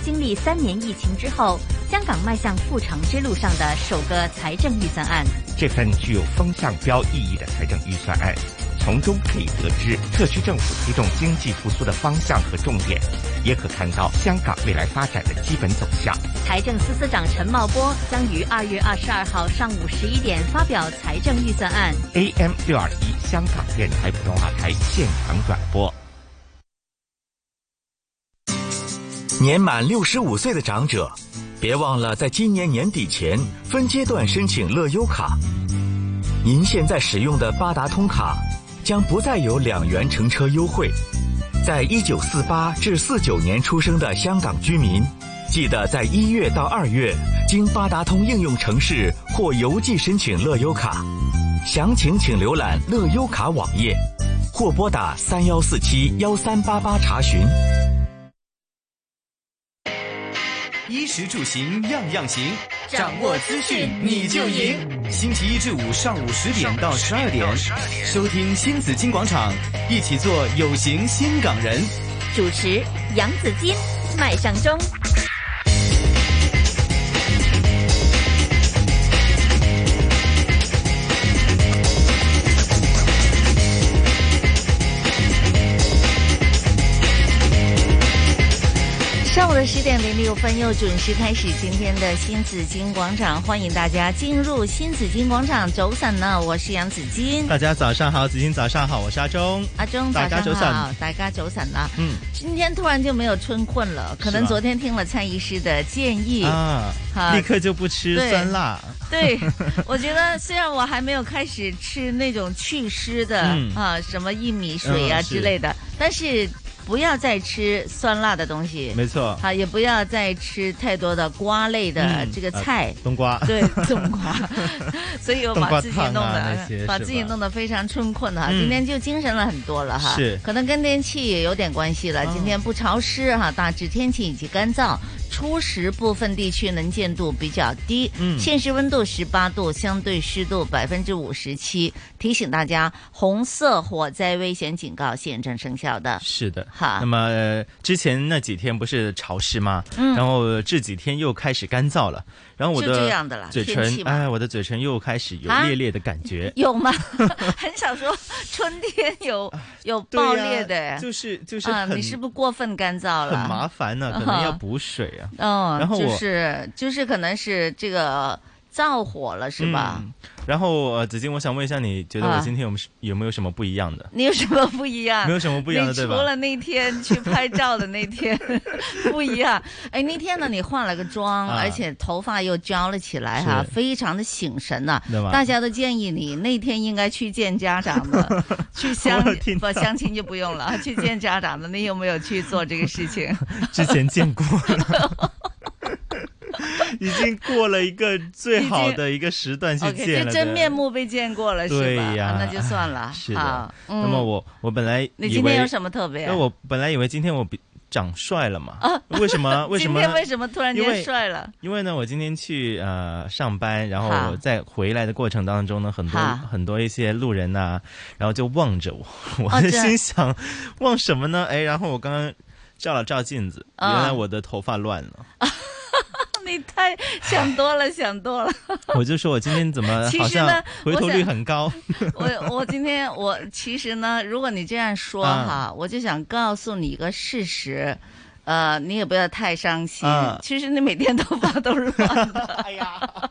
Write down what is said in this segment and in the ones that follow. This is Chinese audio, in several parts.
经历3年疫情之后，香港迈向复常之路上的首个财政预算案。 这份具有风向标意义的财政预算案，从中可以得知特区政府推动经济复苏的方向和重点，也可看到香港未来发展的基本走向。 财政司司长陈茂波将于2月22号上午11点发表财政预算案。 AM 621香港电台普通话台现场转播。 年满65岁的长者，别忘了在今年年底前分阶段申请乐悠卡。您现在使用的八达通卡将不再有2元乘车优惠。在1948至49年出生的香港居民，记得在1月到2月经八达通应用程式或邮寄申请乐悠卡。详情请浏览乐悠卡网页，或拨打31471388查询。 衣食住行样样行，掌握资讯你就赢。星期一至五上午10点到12点，收听新紫金广场，一起做有型新港人。 主持杨紫金、麦尚中。上午的10点06分又准时开始今天的新紫金廣場，歡迎大家進入新紫金廣場。早晨呢，我是楊紫金。 大家早上好，紫金早上好，我是阿中。 阿中， 大家早晨好， 大家早晨啦。今天突然就没有春困了，可能昨天听了蔡醫師的建議啊，立刻就不吃酸辣。 对，我觉得虽然我还没有开始吃那種祛濕的什麼薏米水啊之類的，但是不要再吃酸辣的東西， 沒錯， 好，也不要再吃太多的瓜類的這個菜， 冬瓜， 對，冬瓜，所以我把自己弄得非常春困哈，今天就精神了很多了哈， 是， 可能跟天氣也有點關係了，今天不潮濕哈，大致天氣以及乾燥。初時部分地區能見度比較低，現時溫度18度，相對濕度57%。提醒大家，紅色火災危險警告現正生效的。 是的，好。那麼之前那幾天不是潮濕嗎？然後這幾天又開始乾燥了，然後我的嘴唇，哎，我的嘴唇又開始有裂裂的感覺。 有嗎？很少說春天有爆裂的， 就是你是不是過分乾燥了？ 很麻煩呢，可能要補水啊。 哦， 然後就是可能是這個燥火了，是吧？ 然後子金，我想問一下，你覺得我今天有沒有什麼不一樣的？ 你有什麼不一樣？ 沒有什麼不一樣的，對吧？ 除了那天去拍照的那天不一樣。哎，那天呢，你化了個妝，而且頭髮又焦了起來哈，非常的醒神呐。大家都建議你那天應該去見家長的，去相親就不用了，去見家長的。你有沒有去做這個事情？ 之前見過了。已經過了一個最好的一個時段去見了， 就真面目被見過了，是吧？ 對呀， 那就算了。 是的。那麼我本來以為你今天有什麼特別？ 我本來以為今天我長帥了嘛。為什麼？ 今天為什麼突然間帥了？ 因為呢，我今天去上班，然後在回來的過程當中呢，很多一些路人啊，然後就望着我，我就心想望什麼呢？哎，然後我剛剛照了照鏡子，原來我的頭髮亂了。 你太想多了，想多了。 我就說我今天怎麼好像回頭率很高。 我今天其實呢，如果你這樣說哈，我就想告訴你一個事實，你也不要太傷心。其實你每天頭髮都亂的。哎呀，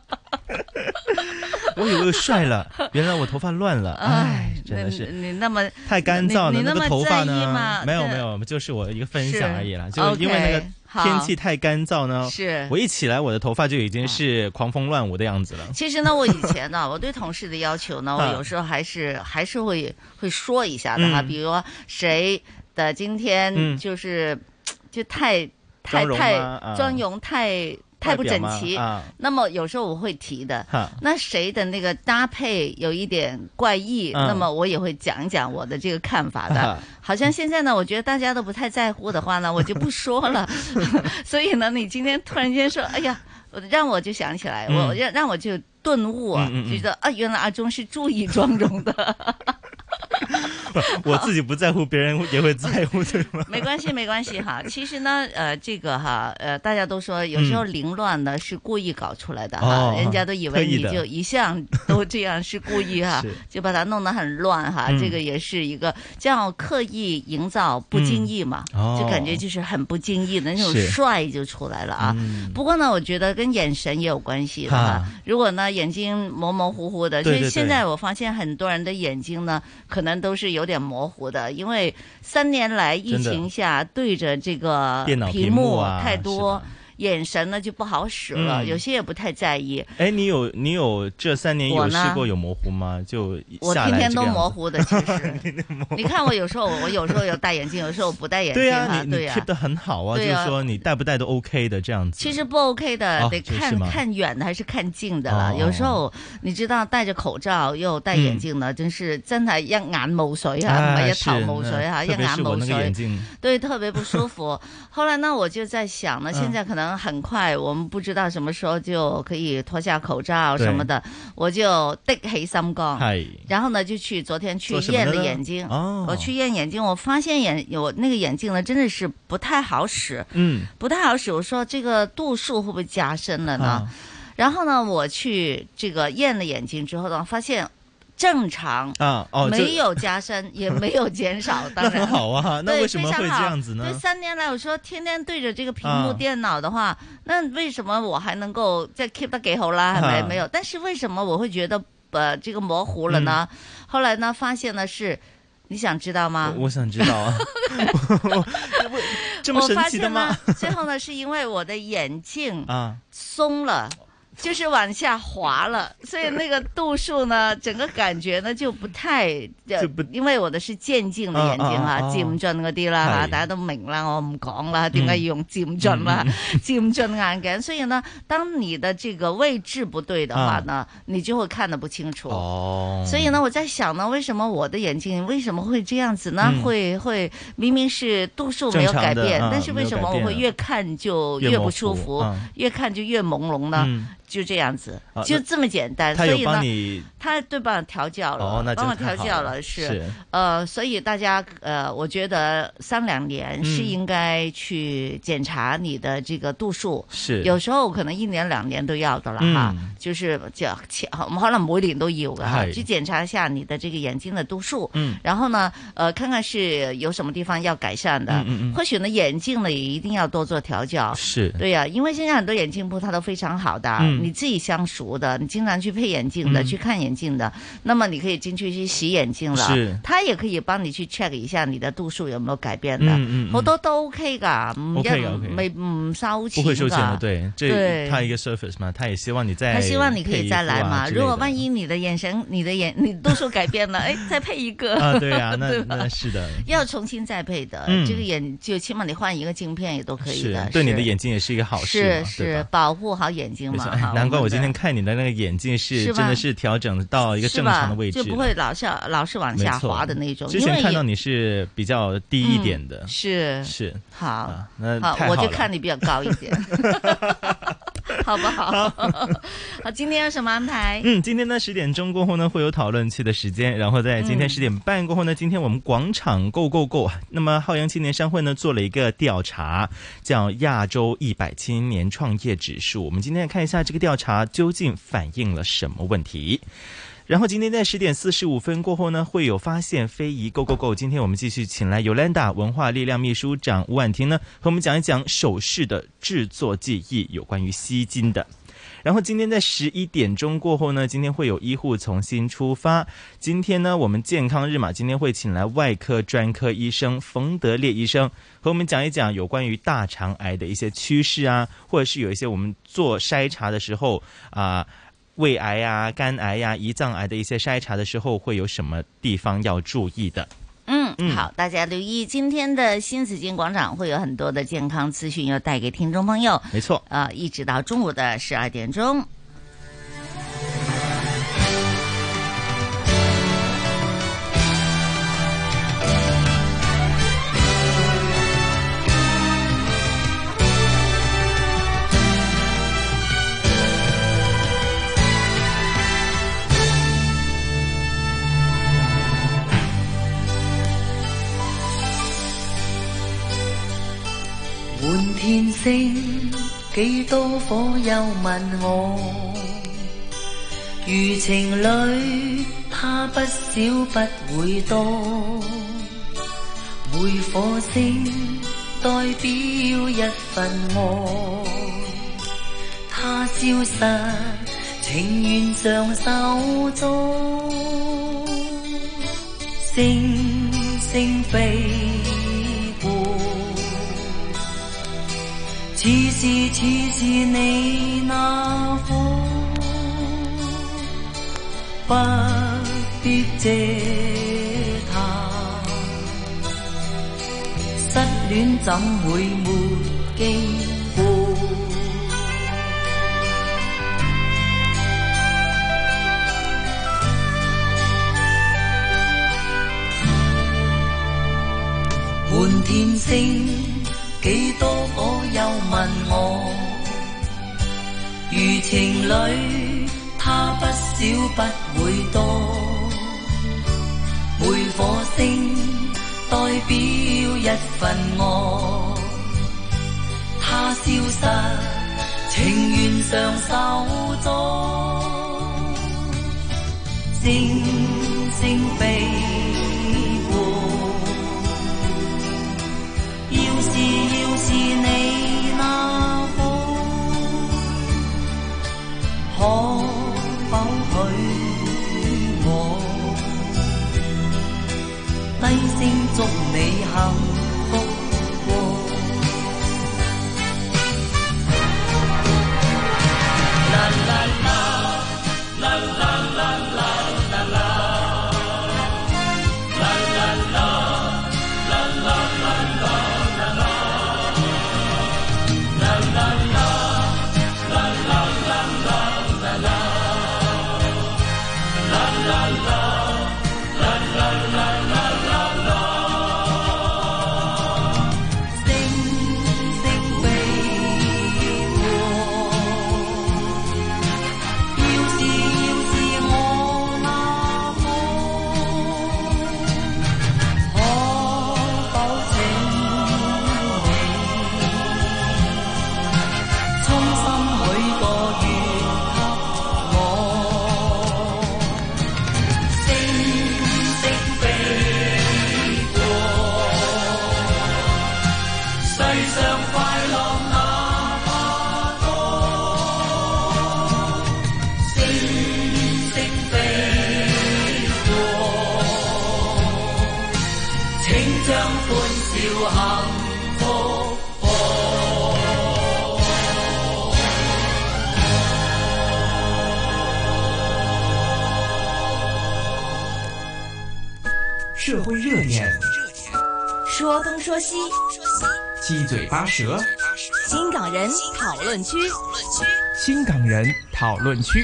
我以為帥了，原來我頭髮亂了。哎，真的是你那麼太乾燥了， 你那個頭髮呢？ 沒有，就是我一個分享而已啦。就因為那個天氣太乾燥呢， 是我一起來我的頭髮就已經是狂風亂舞的樣子了。 其實呢，我以前呢，我對同事的要求呢，我有時候還是會說一下的哈，比如說誰的今天就太妝容太不整齊，那麼有時候我會提的。那誰的那個搭配有一點怪異，那麼我也會講一講我的這個看法的。好像現在呢，我覺得大家都不太在乎的話呢，我就不說了。所以呢，你今天突然間說，哎呀，讓我就想起來，讓我就頓悟啊，覺得原來阿中是注意妝容的。 我自己不在乎，别人也会在乎，对吗？ 没关系，没关系哈。其实呢，这个哈，大家都说有时候凌乱呢是故意搞出来的哈，人家都以为你就一向都这样是故意哈，就把它弄得很乱哈。这个也是一个叫刻意营造不经意嘛，就感觉就是很不经意的那种帅就出来了啊。不过呢，我觉得跟眼神也有关系的哈。如果呢眼睛模模糊糊的，所以现在我发现很多人的眼睛呢可能都是有点模糊的，因为3年来疫情下对着这个屏幕太多。眼神呢就不好使了，有些也不太在意。 哎，你有这3年有试过有模糊吗？就我天天都模糊的，其实你看我有时候有戴眼镜，有时候我不戴眼镜。 对呀，你 keep 得很好啊，就是说你戴不戴都 OK 的这样子。 其实不 OK 的，得看远的还是看近的啦。有时候你知道戴着口罩又戴眼镜呢，真係一眼霧水啊，唔係一頭霧水哈，一眼霧水，对，特別不舒服。後來呢，我就在想呢，現在可能很快，我們不知道什麼時候就可以脫下口罩什麼的，我就的起心肝，然後呢就昨天去驗了眼睛，我去驗眼睛，我發現我那個眼鏡呢真的是不太好使，不太好使，我說這個度數會不會加深了呢？然後呢我去這個驗了眼睛之後呢，發現正常沒有加深也沒有減少，當然很好啊。那為什麼會這樣子呢？ 對，3年來我說天天對着這個屏幕電腦的話，那為什麼我還能夠再 keep 得幾好啦？係咪？沒有，但是為什麼我會覺得這個模糊了呢？後來呢發現呢是，你想知道嗎？ 我想知道啊。這麼神奇的嗎？ 最後呢是因為我的眼鏡鬆了。就是往下滑了，所以那個度數呢，整個感覺呢就不太，因為我的是漸進的眼睛啊，漸進嗰啲啦吓，大家都明啦，我唔講啦，點解要用漸進啦？漸進眼鏡，所以呢，當你的這個位置不對的話呢，你就會看得不清楚。所以呢，我在想呢，為什麼我的眼睛為什麼會這樣子呢？會明明是度數沒有改變，但是為什麼我會越看就越不舒服，越看就越朦朧呢？就這樣子，就這麼簡單。所以呢，他對幫我調教了，幫我調教了，是所以大家我覺得3-2年是應該去檢查你的這個度數。是，有時候可能1年2年都要的了哈，就是我們可能每年都有的哈，去檢查一下你的這個眼睛的度數。然後呢，看看是有什麼地方要改善的。或許呢，眼鏡呢也一定要多做調教。是，對呀，因為現在很多眼鏡鋪它都非常好的。你自己相熟的，你經常去配眼鏡的，去看眼鏡的，那麼你可以進去洗眼鏡了。他也可以幫你去 check 一下你的度數有沒有改變的。好多都 OK 噶，唔收錢， 不會收錢的。對，這他一個 service 嘛，他也希望你再， 他希望你可以再來嘛。如果萬一你的眼神、你度數改變了，哎，再配一個。 對啊，那是的， 要重新再配的。這個眼就起碼你換一個鏡片也都可以的。 對你的眼睛也是一個好事。 是保護好眼睛嘛。 難怪我今天看你的那個眼鏡是真的是調整到一個正常的位置， 就不會老是往下滑的那種。 之前看到你是比較低一點的， 是好， 那太好了， 我就看你比較高一點。好不好？好，今天有什麼安排？ 今天呢10點鐘過後呢會有討論區的時間，然後在今天10點半過後呢，今天我們廣場 Go Go Go，那麼浩洋青年商會呢做了一個調查，叫亞洲100青年創業指數。我們今天來看一下這個調查究竟反映了什麼問題。然後今天在10點45分過後呢，會有發現非遺 Go Go Go。今天我們繼續請來 Yolanda 文化力量秘書長吳婉婷呢，和我們講一講首飾的製作技藝，有關於吸金的。然後今天在11點鐘過後呢，今天會有醫護重新出發。今天呢，我們健康日嘛，今天會請來外科專科醫生馮德烈醫生，和我們講一講有關於大腸癌的一些趨勢啊，或者是有一些我們做篩查的時候胃癌啊、肝癌啊、胰臟癌的一些篩查的時候，會有什麼地方要注意的？ 好，大家留意今天的新紫荊廣場會有很多的健康資訊要帶給聽眾朋友。 沒錯， 一直到中午的12點鐘。 星幾多顆又問我，如情侶他不少不會多，每顆星代表一份愛，他消失情願上手中，星星飛過，似是你那顆，不必謝他，失戀怎會沒經過？滿天星幾多顆又問我，如情侶他不少不會多，每顆星代表一份愛，他消失情願上手中，星星飛要是你那顆，可否許我低聲祝你幸福過？啦啦啦啦啦啦啦啦啦。 社会热点， 说东说西， 七嘴八舌， 新港人讨论区， 新港人讨论区。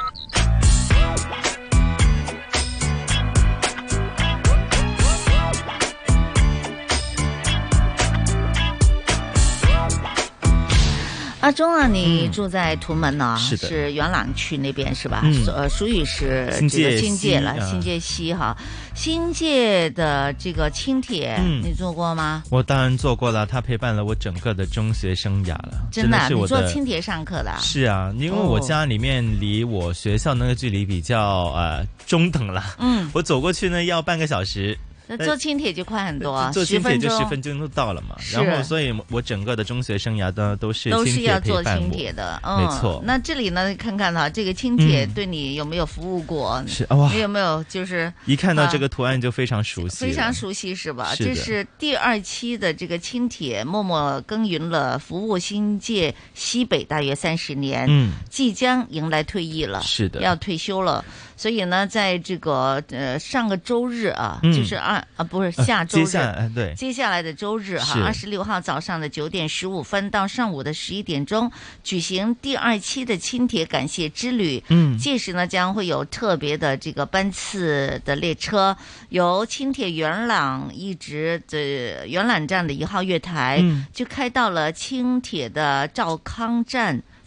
阿忠啊，你住在屯门呢， 是的， 是元朗区那边是吧？属于是这个新界了，新界西哈。新界的这个轻铁，你坐过吗？ 我当然坐过了，它陪伴了我整个的中学生涯了。 真的， 是我的你坐轻铁上课的？ 是啊，因为我家里面离我学校那个距离比较中等了。我走过去呢要半个小时。 坐轻铁就快很多， 坐轻铁就10分钟就到了嘛。然后，所以我整个的中学生涯都是轻铁要坐轻铁的， 没错。 那这里呢，看看哈，这个轻铁对你有没有服务过？ 是哇， 你有没有就是一看到这个图案就非常熟悉， 非常熟悉是吧？ 是的。 这是第2期的这个轻铁，默默耕耘了服务新界西北大约30年，即将迎来退役了， 是的， 要退休了。所以呢，在这个上个周日啊，就是不是下周日，接下来的周日哈，26号早上的9点15分到上午的11点钟，举行第2期的轻铁感谢之旅。届时呢将会有特别的这个班次的列车，由轻铁元朗一直的元朗站的1号月台，就开到了轻铁的兆康站。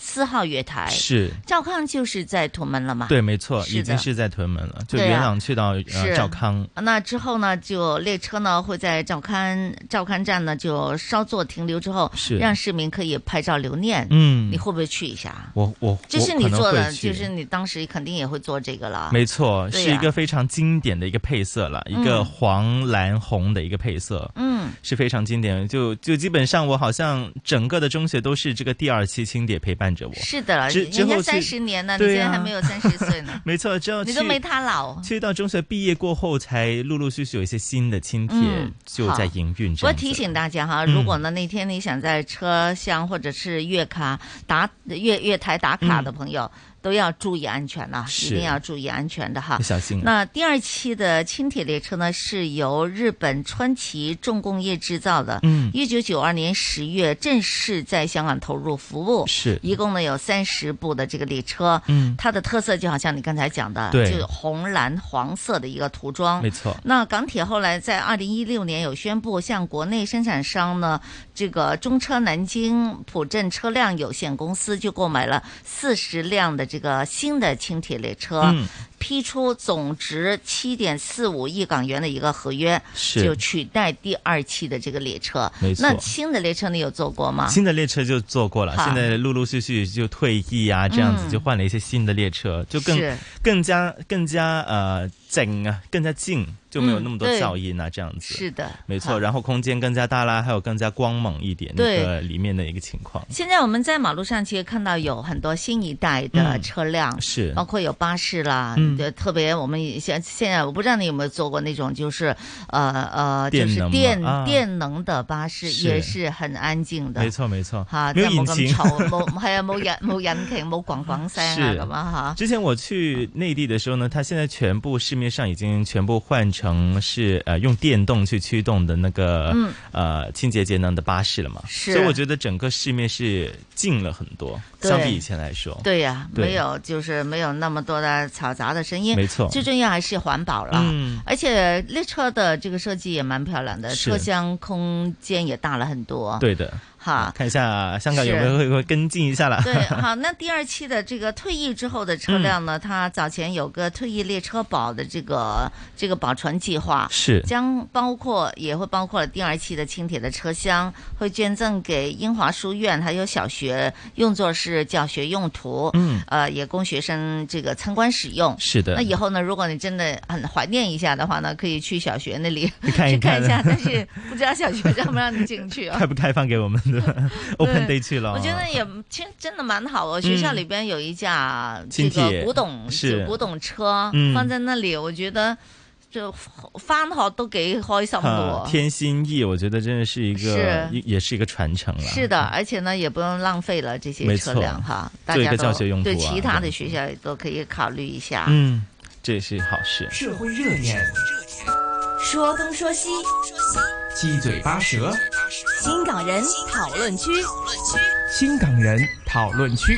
4号月台， 是兆康就是在屯门了嘛？ 对，没错，已经是在屯门了，就元朗去到兆康。 那之后呢，就列车呢会在兆康站呢就稍作停留之后，让市民可以拍照留念。你会不会去一下？ 我这是你做的，就是你当时肯定也会做这个了。 没错，是一个非常经典的一个配色了，一个黄蓝红的一个配色，是非常经典。就基本上我好像整个的中学都是这个第2期轻铁陪伴着我。 是的，人家30年呢，你现在还没有30岁呢。 没错，之后你都没他老。 去到中学毕业过后，才陆陆续续有一些新的轻铁就在营运。 我提醒大家哈，如果呢那天你想在车厢或者是月台打卡的朋友，都要注意安全了，一定要注意安全的哈， 小心。 那第2期的轻铁列车呢，是由日本川崎重工业制造的，1992年10月正式在香港投入服务， 是一共呢有30部的这个列车，它的特色就好像你刚才讲的，就红蓝黄色的一个涂装， 没错。 那港铁后来在2016年有宣布向国内生产商呢，这个中车南京浦镇车辆有限公司就购买了40辆的这个新的轻铁列车，批出总值7.45亿港元的一个合约，就取代第2期的这个列车。 没错。 那新的列车你有坐过吗？ 新的列车就坐过了，现在陆陆续续就退役啊，这样子就换了一些新的列车，就更加静啊，更加静，就没有那么多噪音啊，这样子。 是的， 没错。然后空间更加大啦，还有更加光猛一点，那个里面的一个情况。 现在我们在马路上其实看到有很多新一代的车辆， 是包括有巴士啦，特别我们现在我不知道你有没有坐过那种就是就是电能的巴士，也是很安静的。 没错没错， 没有引擎，冇引擎，冇咣咣声啊咁啊哈。 之前我去内地的时候呢，它现在全部市面上已经全部换成是用电动去驱动的那个清洁节能的巴士了嘛，所以我觉得整个市面是近了很多，相比以前来说。 对呀，没有那么多的嘈杂的声音。 没错， 最重要还是环保了。而且列车的这个设计也蛮漂亮的，车厢空间也大了很多。 对的。 好， 看一下香港有没有会跟进一下了。 对，好，那第2期的这个退役之后的车辆呢，它早前有个退役列车保的这个保存计划， 是将也会包括了第2期的轻铁的车厢，会捐赠给英华书院还有小学，用作是教学用途，也供学生这个参观使用。 是的。那以后呢，如果你真的很怀念一下的话呢，可以去小学那里看一下，但是不知道小学让不让你进去啊？ 开不开放给我们？Open Day 去了， 我觉得也其实真的蛮好的。学校里边有一架这个古董车放在那里，我觉得就翻學都幾開心的。 天心意，我覺得真的是一個，也是一個傳承了。 是的，而且呢，也不用浪費了這些車輛哈，大家都對其他的學校也都可以考慮一下。 這是好事。 社會熱點， 說東說西， 七嘴八舌， 新港人討論區， 新港人討論區。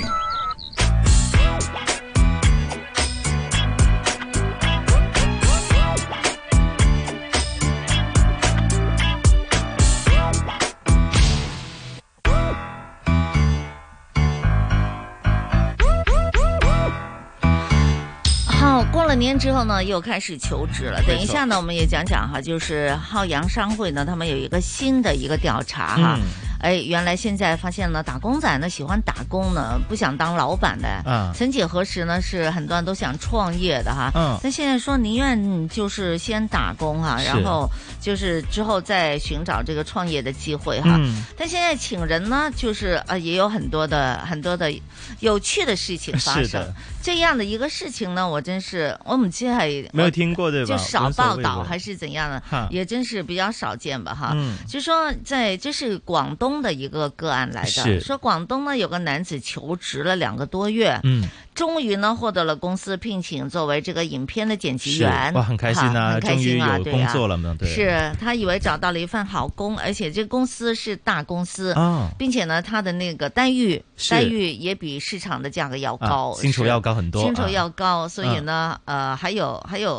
过了年之后呢，又开始求职了。等一下呢，我们也讲讲哈，就是浩洋商会呢，他们有一个新的一个调查哈。原来现在发现呢，打工仔呢喜欢打工呢，不想当老板的。曾几何时呢，是很多人都想创业的哈。但现在说宁愿就是先打工哈，然后就是之后再寻找这个创业的机会哈。但现在请人呢，就是也有很多的有趣的事情发生。这样的一个事情呢，我们其实还没有听过对吧？ 就少报道还是怎样的，也真是比较少见吧哈。就说这是广东的一个个案来的，说广东呢有个男子求职了2个多月，终于呢获得了公司聘请作为这个影片的剪辑员。 哇，很开心啊，终于有工作了嘛。对， 是他以为找到了一份好工，而且这个公司是大公司，并且呢他的那个待遇也比市场的价格要高， 薪酬要高很多， 薪酬要高，所以呢还有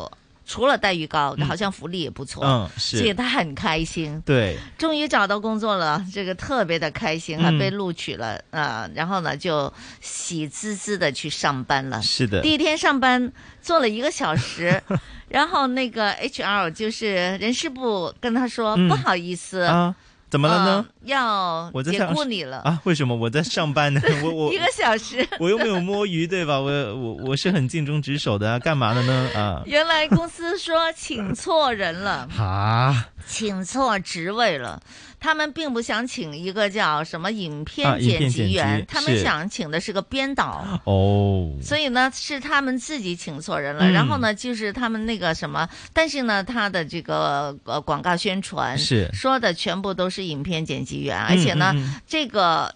除了待遇高，好像福利也不错， 是， 所以他很开心。 对， 终于找到工作了，这个特别的开心，还被录取了然后呢就喜滋滋的去上班了。 是的， 第一天上班做了1个小时，然后那个 HR 就是人事部跟他说，不好意思啊。怎么了呢？ 要解雇你了啊？为什么我在上班呢？我 1个小时， 我又没有摸鱼，对吧？我是很尽忠职守的啊，干嘛的呢？啊！ 原来公司说请错人了啊， 请错职位了。他们并不想请一个叫什么影片剪辑员，他们想请的是个编导哦。 所以呢，是他们自己请错人了。然后呢，就是他们那个什么，但是呢，他的这个广告宣传是说的全部都是影片剪辑员，而且呢，这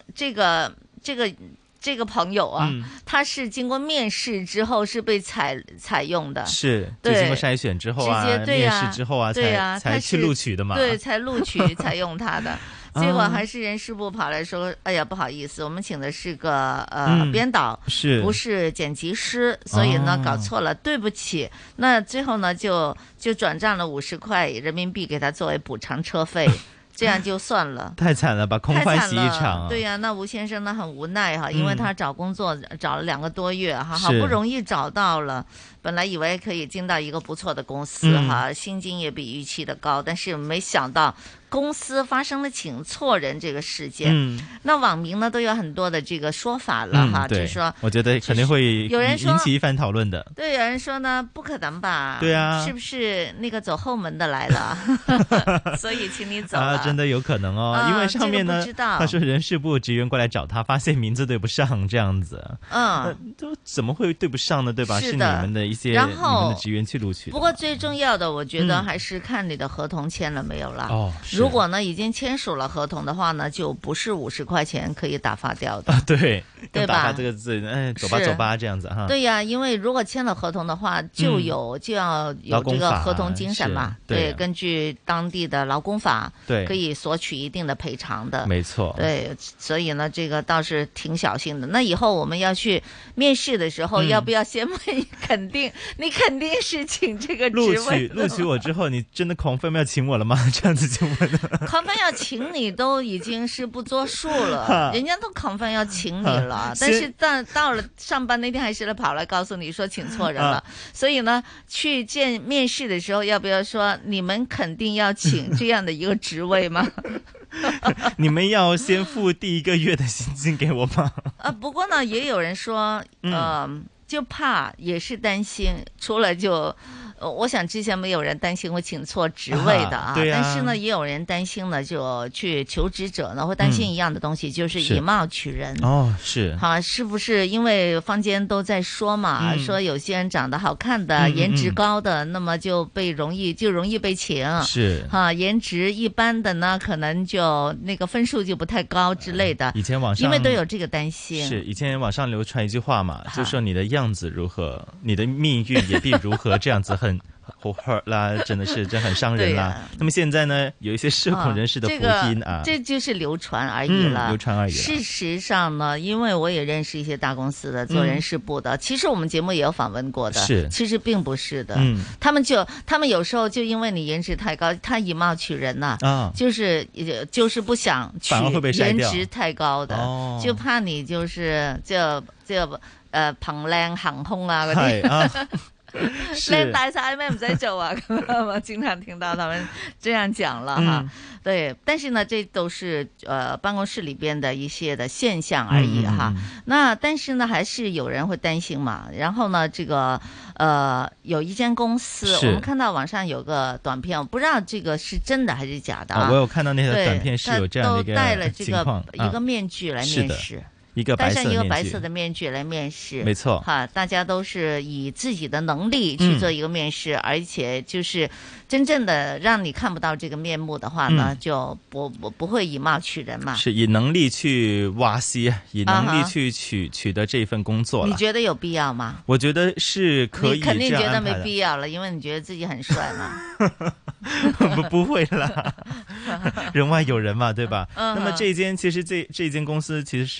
个朋友啊，他是经过面试之后是被采用的， 是就经过筛选之后啊， 直接面试之后啊，才去录取的嘛， 对，才录取采用他的。结果还是人事部跑来说，哎呀，不好意思，我们请的是个编导，不是剪辑师，所以呢搞错了，对不起。那最后呢就转账了50块人民币给他作为补偿车费。这样就算了， 太惨了吧，空欢喜一场。 对呀，那吴先生呢很无奈哈，因为他找工作找了2个多月哈，好不容易找到了，本来以为可以进到一个不错的公司哈，薪金也比预期的高，但是没想到公司发生了请错人这个事件。那网民呢都有很多的这个说法了哈，就是说， 我觉得肯定会有人引起一番讨论的。 对，有人说呢，不可能吧？ 对啊， 是不是那个走后门的来了？所以请你走了。 真的有可能哦，因为上面呢，他说人事部职员过来找他，发现名字对不上，这样子，都怎么会对不上呢？对吧？是你们的一些你们的职员去录取。 不过最重要的，我觉得还是看你的合同签了没有了。如果呢已经签署了合同的话呢，就不是50块钱可以打发掉的。 对吧？ 打发这个字，走吧走吧这样子哈。 对呀，因为如果签了合同的话，就要有这个合同精神嘛。对，根据当地的劳工法， 对， 可以索取一定的赔偿的。 没错。 对，所以呢，这个倒是挺小心的。那以后我们要去面试的时候，要不要先问肯定？你肯定是请这个职位录取我之后，你真的 confirm 要请我了吗？这样子就问了。 confirm 要请你都已经是不作数了，人家都 confirm 要请你了，但是到了上班那天还是跑来告诉你说请错人了。所以呢，去面试的时候，要不要说你们肯定要请这样的一个职位吗？ 你们要先付第1个月的薪金给我吗？ 不过呢，也有人说，就怕也是担心，除了我想之前没有人担心我请错职位的对但是呢，也有人担心呢，就去求职者呢会担心一样的东西，就是以貌取人。 是是不是因为坊间都在说嘛，说有些人长得好看的、颜值高的，那么就容易被请。 是颜值一般的呢，可能就那个分数就不太高之类的。 以前网上因为都有这个担心。 是以前网上流传一句话嘛，就说你的样子如何，你的命运也必如何，这样子很hurt 啦，真的是这很伤人啦。那么现在呢，有一些社恐人士的福音这就是流传而已了。 流传而已。 事实上呢，因为我也认识一些大公司的做人事部的，其实我们节目也有访问过的，其实并不是的。他们有时候就因为你颜值太高，他以貌取人呐，就是不想取颜值太高的，就怕你就是憑靚行兇啊嗰啲。靚大晒咩唔使做啊？我經常聽到他們這樣講了哈。對，但是呢，這都是辦公室裏邊的一些的現象而已哈。那但是呢，還是有人會擔心嘛。然後呢，這個有一間公司，我們看到網上有個短片，我不知道這個是真的還是假的啊。 我有看到那個短片是有這樣的一個情況， 都戴了這個一個面具來面試。戴上一個白色的面具來面試， 沒錯哈，大家都是以自己的能力去做一個面試，而且就是真正的讓你看不到這個面目的話呢，就不會以貌取人嘛。 是以能力去挖隙，以能力去取得這份工作。 你覺得有必要嗎？ 我覺得是可以這樣安排的。 你肯定覺得沒必要了，因為你覺得自己很帥嘛。 不會啦，人外有人嘛，對吧？那麼這間其實這間公司其實他想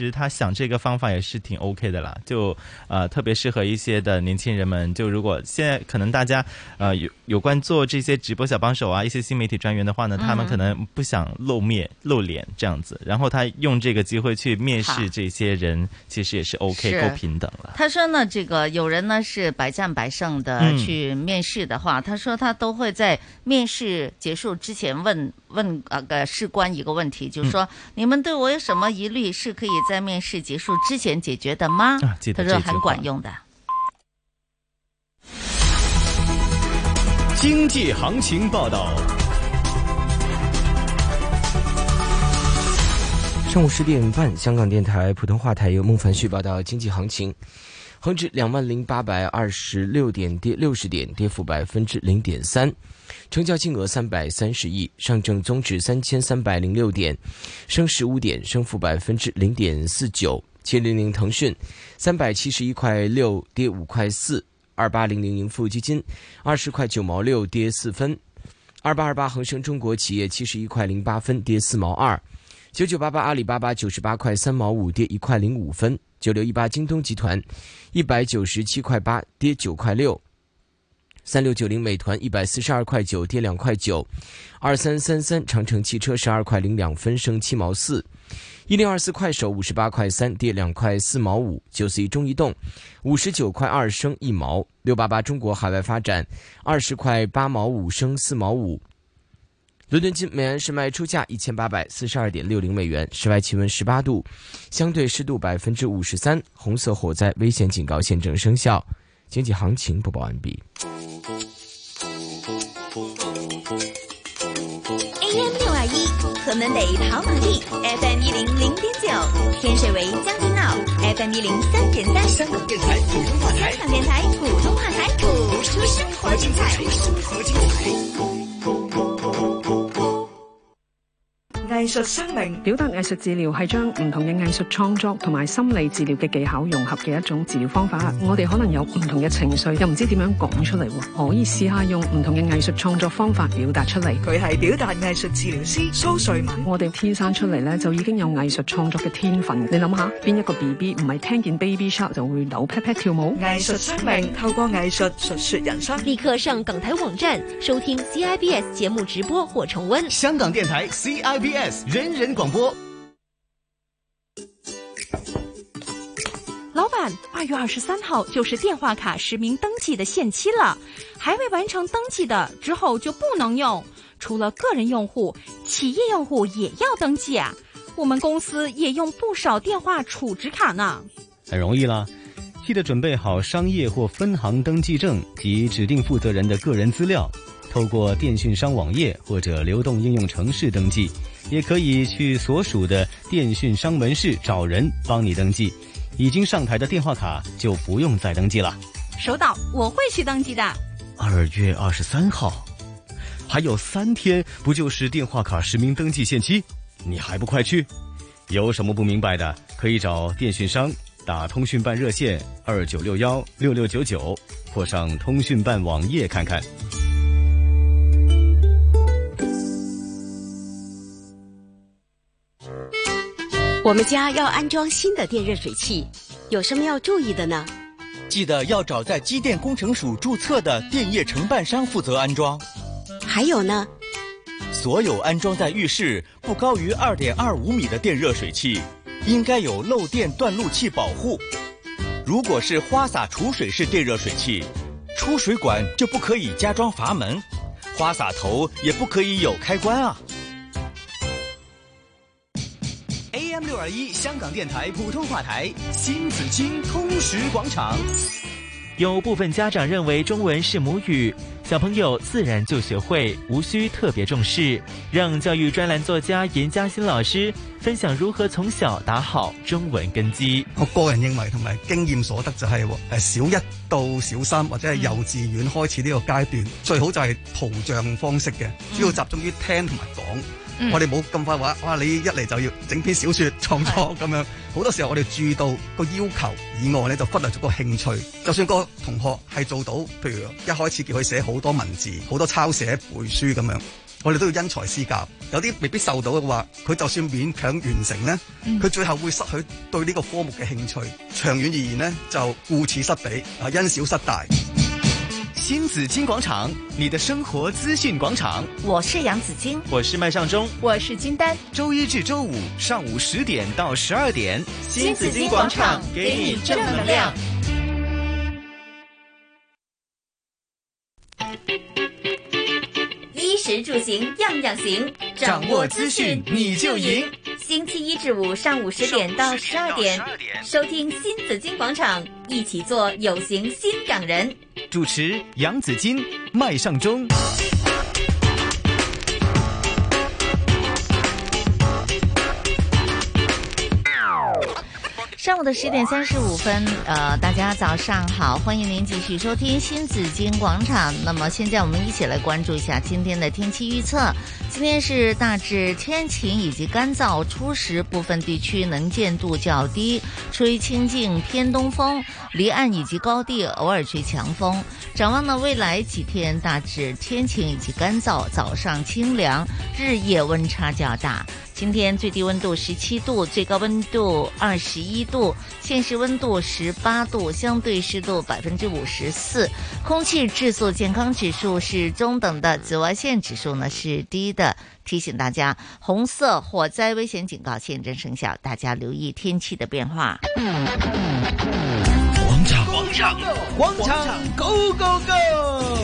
想这个方法也是挺 OK 的啦，就特别适合一些的年轻人们。就如果现在可能大家有关做这些直播小帮手啊，一些新媒体专员的话呢，他们可能不想露脸这样子，然后他用这个机会去面试这些人，其实也是 OK， 够平等了。 他说呢，这个有人呢是百战百胜的去面试的话，他说他都会在面试结束之前问试官一个问题，就是说你们对我有什么疑虑是可以在面试结束之前解决的吗？他说很管用的。 经济行情报道。 上午10点半，香港电台普通话台由孟凡旭报道经济行情。恒指20,826点，跌60点，跌幅0.3%，成交金额330亿。上证综指3306点，升15点，升幅0.49%。700腾讯371块6，跌5块4。2800盈富基金20块9毛6，跌4分。2828恒生中国企业71块08分，跌4毛2。9988阿里巴巴98块3毛5，跌1块05分。9618京东集团197块8，跌9块6。3690美团142块9，跌2块9。2333长城汽车12块02分，升7毛4。1024快手58块3，跌2块4毛5。91中移动59块2，升1毛。688中国海外发展20块8毛5，升4毛5。伦敦金每安士卖出价1842.60美元，室外气温18度，相对湿度53%，红色火灾危险警告现正生效。经济行情播报完毕。 AM621河门北跑马地 FM 100.9，天水围将军澳 FM 103.3， 香港电台普通话台， 香港电台普通话台，谱出生活精彩。 藝術生命表達藝術治療係將唔同嘅藝術創作同埋心理治療嘅技巧融合嘅一種治療方法。我哋可能有唔同嘅情緒，又唔知點樣講出嚟，可以試下用唔同嘅藝術創作方法表達出嚟。佢係表達藝術治療師蘇瑞文。我哋天生出嚟呢，就已經有藝術創作嘅天分。你諗下，邊一個 BB 唔係聽見 Baby Shark 就會扭 pat pat 跳舞？藝術生命透過藝術述說人生。 立刻上港台網站收聽 CIBS 節目直播或重溫。 香港電台 CIBS。人人廣播。 老闆，2月23號就是電話卡實名登記的限期了，還未完成登記的之後就不能用。除了個人用戶，企業用戶也要登記啊。我們公司也用不少電話儲值卡呢。 很容易啦，記得準備好商業或分行登記證及指定負責人的個人資料，透過電訊商網頁或者流動應用程式登記。也可以去所屬的電訊商門市找人幫你登記，已經上台的電話卡就不用再登記了。 收到，我會去登記的。 2月23號，還有3天，不就是電話卡實名登記限期？你還不快去？有什麼不明白的，可以找電訊商，打通訊辦熱線29616699，或上通訊辦網頁看看。 我們家要安裝新的電熱水器，有什麼要注意的呢？ 記得要找在機電工程署註冊的電業承辦商負責安裝。 還有呢？ 所有安裝在浴室不高於2.25米的電熱水器，應該有漏電斷路器保護。如果是花灑儲水式電熱水器，出水管就不可以加裝閥門，花灑頭也不可以有開關啊。AM621香港電台普通話台，新紫荊通識廣場。 有部分家長認為中文是母語，小朋友自然就學會，無需特別重視。讓教育專欄作家嚴嘉欣老師分享如何從小打好中文根基。 我個人認為同埋經驗所得就係小1到小3或者係幼稚園開始呢個階段，最好就係圖像方式嘅，主要集中於聽同埋講。我哋冇咁快話，哇！你一嚟就要整篇小說創作咁樣，好多時候我哋注意到個要求以外咧，就忽略咗個興趣。就算個同學係做到，譬如一開始叫佢寫好多文字、好多抄寫、背書咁樣， 我哋都要因材施教。有啲未必受到嘅話，佢就算勉強完成呢，佢最後會失去對呢個科目嘅興趣。長遠而言呢，就顧此失彼，因小失大。 新紫荊廣場，你的生活資訊廣場。 我是楊子矜， 我是麥尚中， 我是金丹。 周一至周五上午10點到12點， 新紫荊廣場給你正能量。衣食住行樣樣行， 掌握資訊你就贏。 星期一至五上午10點到12點，收聽新紫荊廣場，一起做有型新港人。 主持楊子矜、麥尚中。 上午的10點35分，大家早上好，歡迎您繼續收聽新紫荊廣場。那麼現在我們一起來關注一下今天的天氣預測。今天是大致天晴以及乾燥，初時部分地區能見度較低，吹清勁偏東風，離岸以及高地偶爾吹強風。展望呢，未來幾天大致天晴以及乾燥，早上清涼，日夜溫差較大。今天最低溫度17度，最高溫度21度，現時溫度18度，相對濕度54%，空氣質素健康指數是中等的，紫外線指數呢是低的。提醒大家，紅色火災危險警告現正生效，大家留意天氣的變化。 廣場 ，Go Go Go！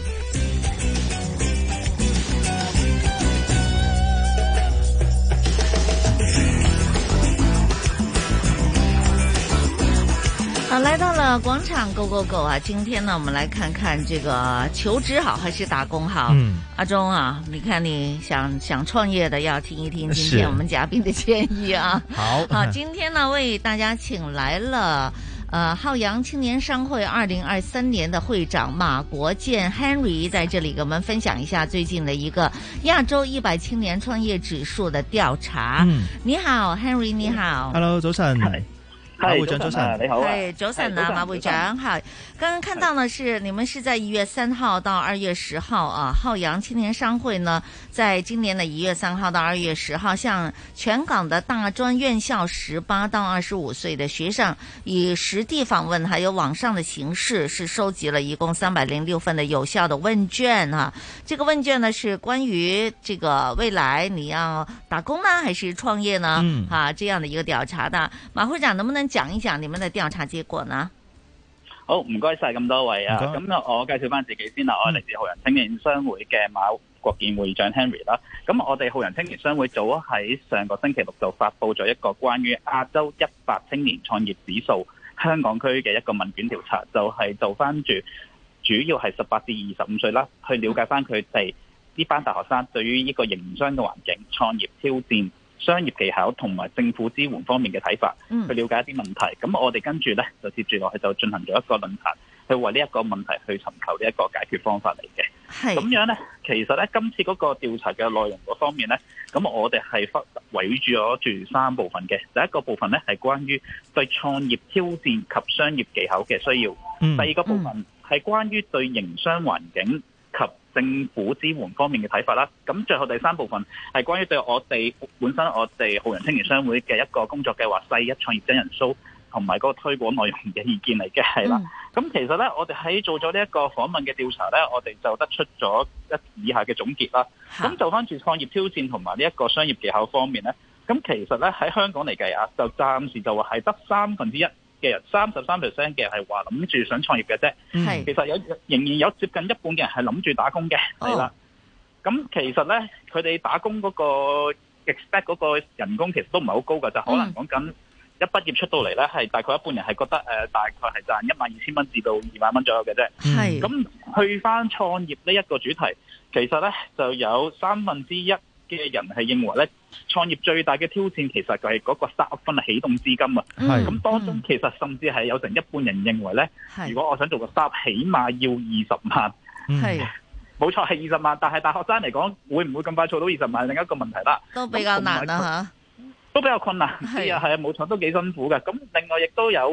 好，來到了廣場 Go Go Go 啊！今天呢，我們來看看這個求職好還是打工好？阿忠啊，你看你想創業的，要聽一聽今天我們嘉賓的建議啊。好，今天呢為大家請來了浩洋青年商會2023年的會長馬國健 Henry 在這裡給我們分享一下最近的一個亞洲100青年創業指數的調查。你好 Henry， 你好。 Hello， 早晨。馬會長早晨， 你好啊！ 早晨啊，馬會長，好。剛剛看到呢是你們是在1月3號到2月10號啊，浩洋青年商會呢，在今年的1月3號到2月10號，向全港的大專院校18到25歲的學生，以實地訪問還有網上的形式，是收集了一共306份的有效的問卷啊。這個問卷呢是關於這個未來你要打工呢還是創業呢？這樣的一個調查的。馬會長能不能講一講你們的調查結果呢？ 好，唔該晒咁多位啊！咁我介紹翻自己先啦，我係嚟自浩洋青年商會嘅馬國健會長 Henry 啦。咁我哋浩洋青年商會早喺上個星期六就發佈咗一個關於亞洲100青年創業指數香港區嘅一個問卷調查，就係做翻住主要係18至25歲啦，去了解翻佢哋呢班大學生對於呢個營商嘅環境、創業挑戰、商業技巧同埋政府支援方面嘅睇法，去了解一啲問題。咁我哋跟住呢，就接住落去就進行咗一個論壇，去為呢一個問題去尋求呢一個解決方法嚟嘅。咁樣呢，其實呢，今次嗰個調查嘅內容嗰方面呢，咁我哋係圍繞住3部分嘅。第一個部分呢，係關於對創業挑戰及商業技巧嘅需要。第二個部分係關於對營商環境及政府支援方面嘅睇法啦，咁最後第3部分係關於對我哋本身我哋浩洋青年商會嘅一個工作計劃世一創業真人 show 同埋嗰個推廣內容嘅意見嚟嘅，係啦。咁其實呢，我哋喺做咗呢一個訪問嘅調查呢，我哋就得出咗以下嘅總結啦。咁就翻住創業挑戰同埋呢一個商業技巧方面呢，咁其實呢，喺香港嚟計啊，就暫時就話係得1/3嘅人，33% 嘅人係話諗住想創業嘅啫。其實仍然有接近一半嘅人係諗住打工嘅，係啦。咁其實咧，佢哋打工嗰個 expect 嗰個人工其實都唔係好高㗎，就可能講緊一畢業出到嚟咧，係大概一半人係覺得大概係賺12,000蚊至到2萬蚊左右嘅啫。咁去翻創業呢一個主題，其實咧就有1/3嘅人係認為咧，創業最大嘅挑戰其實就係嗰個startup fund起動資金啊。咁當中其實甚至係有成一半人認為咧，如果我想做個 startup，起碼要20萬。冇錯係20萬，但係大學生嚟講，會唔會咁快做到20萬？另一個問題啦， 都比較難啦嚇， 都比較困難啲啊，係啊，冇錯，都幾辛苦嘅。咁另外亦都有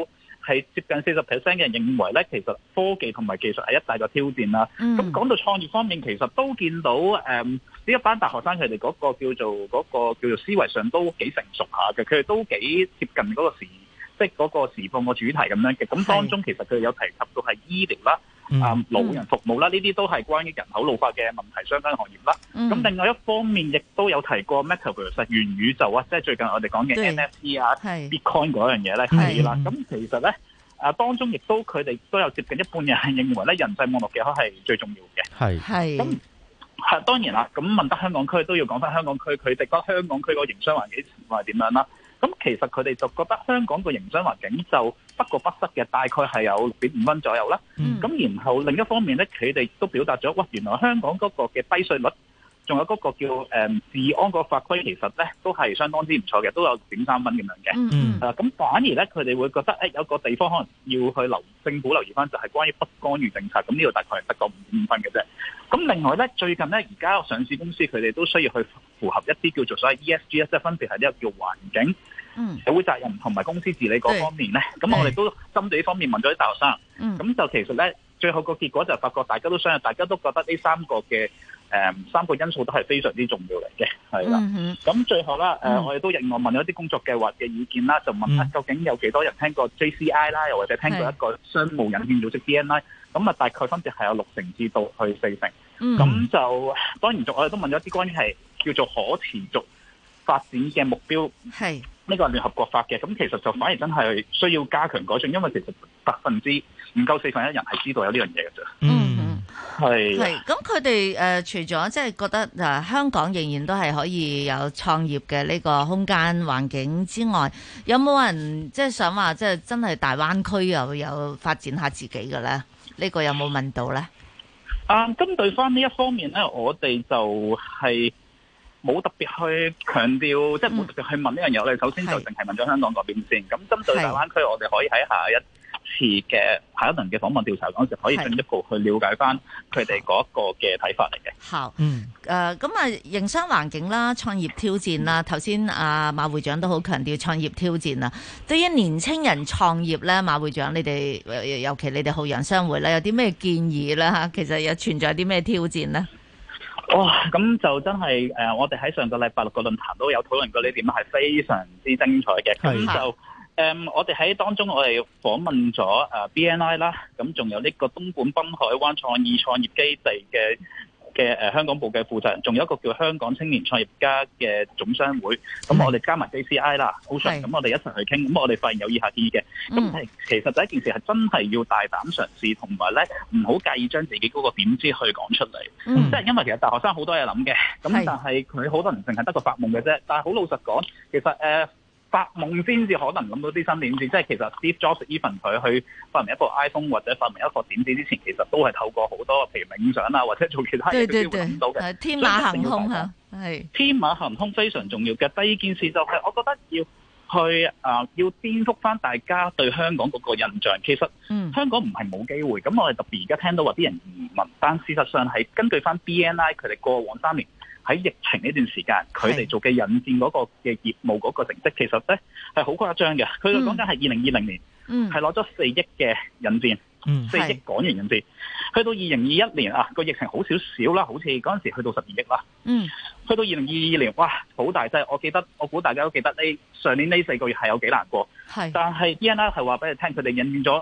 係接近40%嘅人認為咧，其實科技同埋技術係一大個挑戰啦。咁講到創業方面，其實都見到呢一班大學生佢哋嗰個叫做思維上都幾成熟下嘅，佢哋都幾接近嗰個時，即係嗰個時況個主題咁樣嘅。咁當中其實佢哋有提及到係醫療啦。老人服務啦，呢啲都係關於人口老化嘅問題相關行業啦。咁另外一方面，亦都有提過 Metaverse 元宇宙啊，即係最近我哋講嘅 NFT 啊、Bitcoin 嗰樣嘢咧，係啦。咁其實咧，當中亦都佢哋都有接近一半人係認為咧，人際網絡技巧係最重要嘅。係咁當然啦。咁問得香港區都要講翻香港區，佢哋覺得香港區個營商環境情況係點樣啦？咁其實佢哋就覺得香港個營商環境就不過不失嘅，大概係有6.5分左右啦。咁然後另一方面咧，佢哋都表達咗，哇！原來香港嗰個嘅低稅率，仲有嗰個叫治安個法規，其實咧都係相當之唔錯嘅，都有6.3分咁樣嘅。咁反而咧，佢哋會覺得有個地方可能要去政府留意翻，就係關於不干預政策。咁呢度大概係得個5.5分嘅啫。咁另外咧，最近咧而家上市公司佢哋都需要去符合一啲叫做所謂 ESG，即係分別係呢個叫環境、社會責任同埋公司治理嗰方面咧。咁我哋都針對呢方面問咗啲大學生。咁就其實咧，最後個結果就發覺大家都相信，大家都覺得呢3個因素都係非常之重要嚟嘅，係啦。咁最後啦，我哋都另外問咗一啲工作計劃嘅意見啦，就問下究竟有幾多人聽過 JCI 啦，又或者聽過一個商務引薦組織 BNI， 咁大概分別係有60%至到去40%。咁就當然我哋都問咗一啲關於係叫做可持續發展嘅目標，係呢個係聯合國發嘅。咁其實就反而真係需要加強改進，因為其實唔夠1/4人係知道有呢樣嘢嘅啫。係。咁佢哋除咗即係覺得香港仍然都係可以有創業嘅呢個空間環境之外，有冇人即係想話即係真係大灣區又有發展下自己嘅咧？呢個有冇問到咧？針對翻呢一方面咧，我哋就係冇特別去強調，即係冇特別去問呢樣嘢。我哋首先就淨係問咗香港嗰邊先。咁針對大灣區，我哋可以喺下一次嘅下一輪嘅訪問調查嗰陣時，可以進一步去了解翻佢哋嗰個嘅睇法嚟嘅。好，咁營商環境啦、創業挑戰啦，頭先馬會長都好強調創業挑戰啦。對於年青人創業咧，馬會長你哋尤其你哋浩洋商會咧，有啲咩建議咧？嚇，其實有存在啲咩挑戰咧？哇！咁就真係我哋喺上個禮拜6個論壇都有討論過呢點，係非常之精彩嘅。咁就我哋喺當中，我哋訪問咗BNI 啦，咁仲有呢個東莞濱海灣創業基地嘅香港部嘅負責人，仲有一個叫香港青年創業家嘅總商會。咁我哋加埋 JCI 啦 Ocean， 咁我哋一齊去傾。咁我哋發現有以下建議嘅。咁其實第一件事係真係要大膽嘗試，同埋咧唔好介意將自己嗰個點知去講出嚟。即係因為其實大學生好多嘢諗嘅，咁但係佢好多人淨係得個發夢嘅啫。但係好老實講，其實發夢先至可能諗到啲新點子，即係其實 Steve Jobs even 佢去發明一部 iPhone 或者發明一個點子之前，其實都係透過好多譬如冥想啊，或者做其他嘢佢先會諗到嘅。天馬行空嚇，係天馬行空非常重要嘅。第二件事就係我覺得要去要顛覆翻大家對香港嗰個印象。其實香港唔係冇機會，咁我哋特別而家聽到話啲人移民，但事實上係根據翻 BNI 佢哋過往3年。喺疫情呢段時間，佢哋做嘅引薦嗰個嘅業務嗰個成績，其實咧係好誇張嘅。佢哋講緊係2020年，係攞咗4億嘅引薦，4億港元引薦。去到2021年個疫情好少少啦，好似嗰陣時去到12億啦。去到2022年，哇，好大劑！我估大家都記得呢上年呢4個月係有幾難過。但係 BNI 係話俾你聽，佢哋引薦咗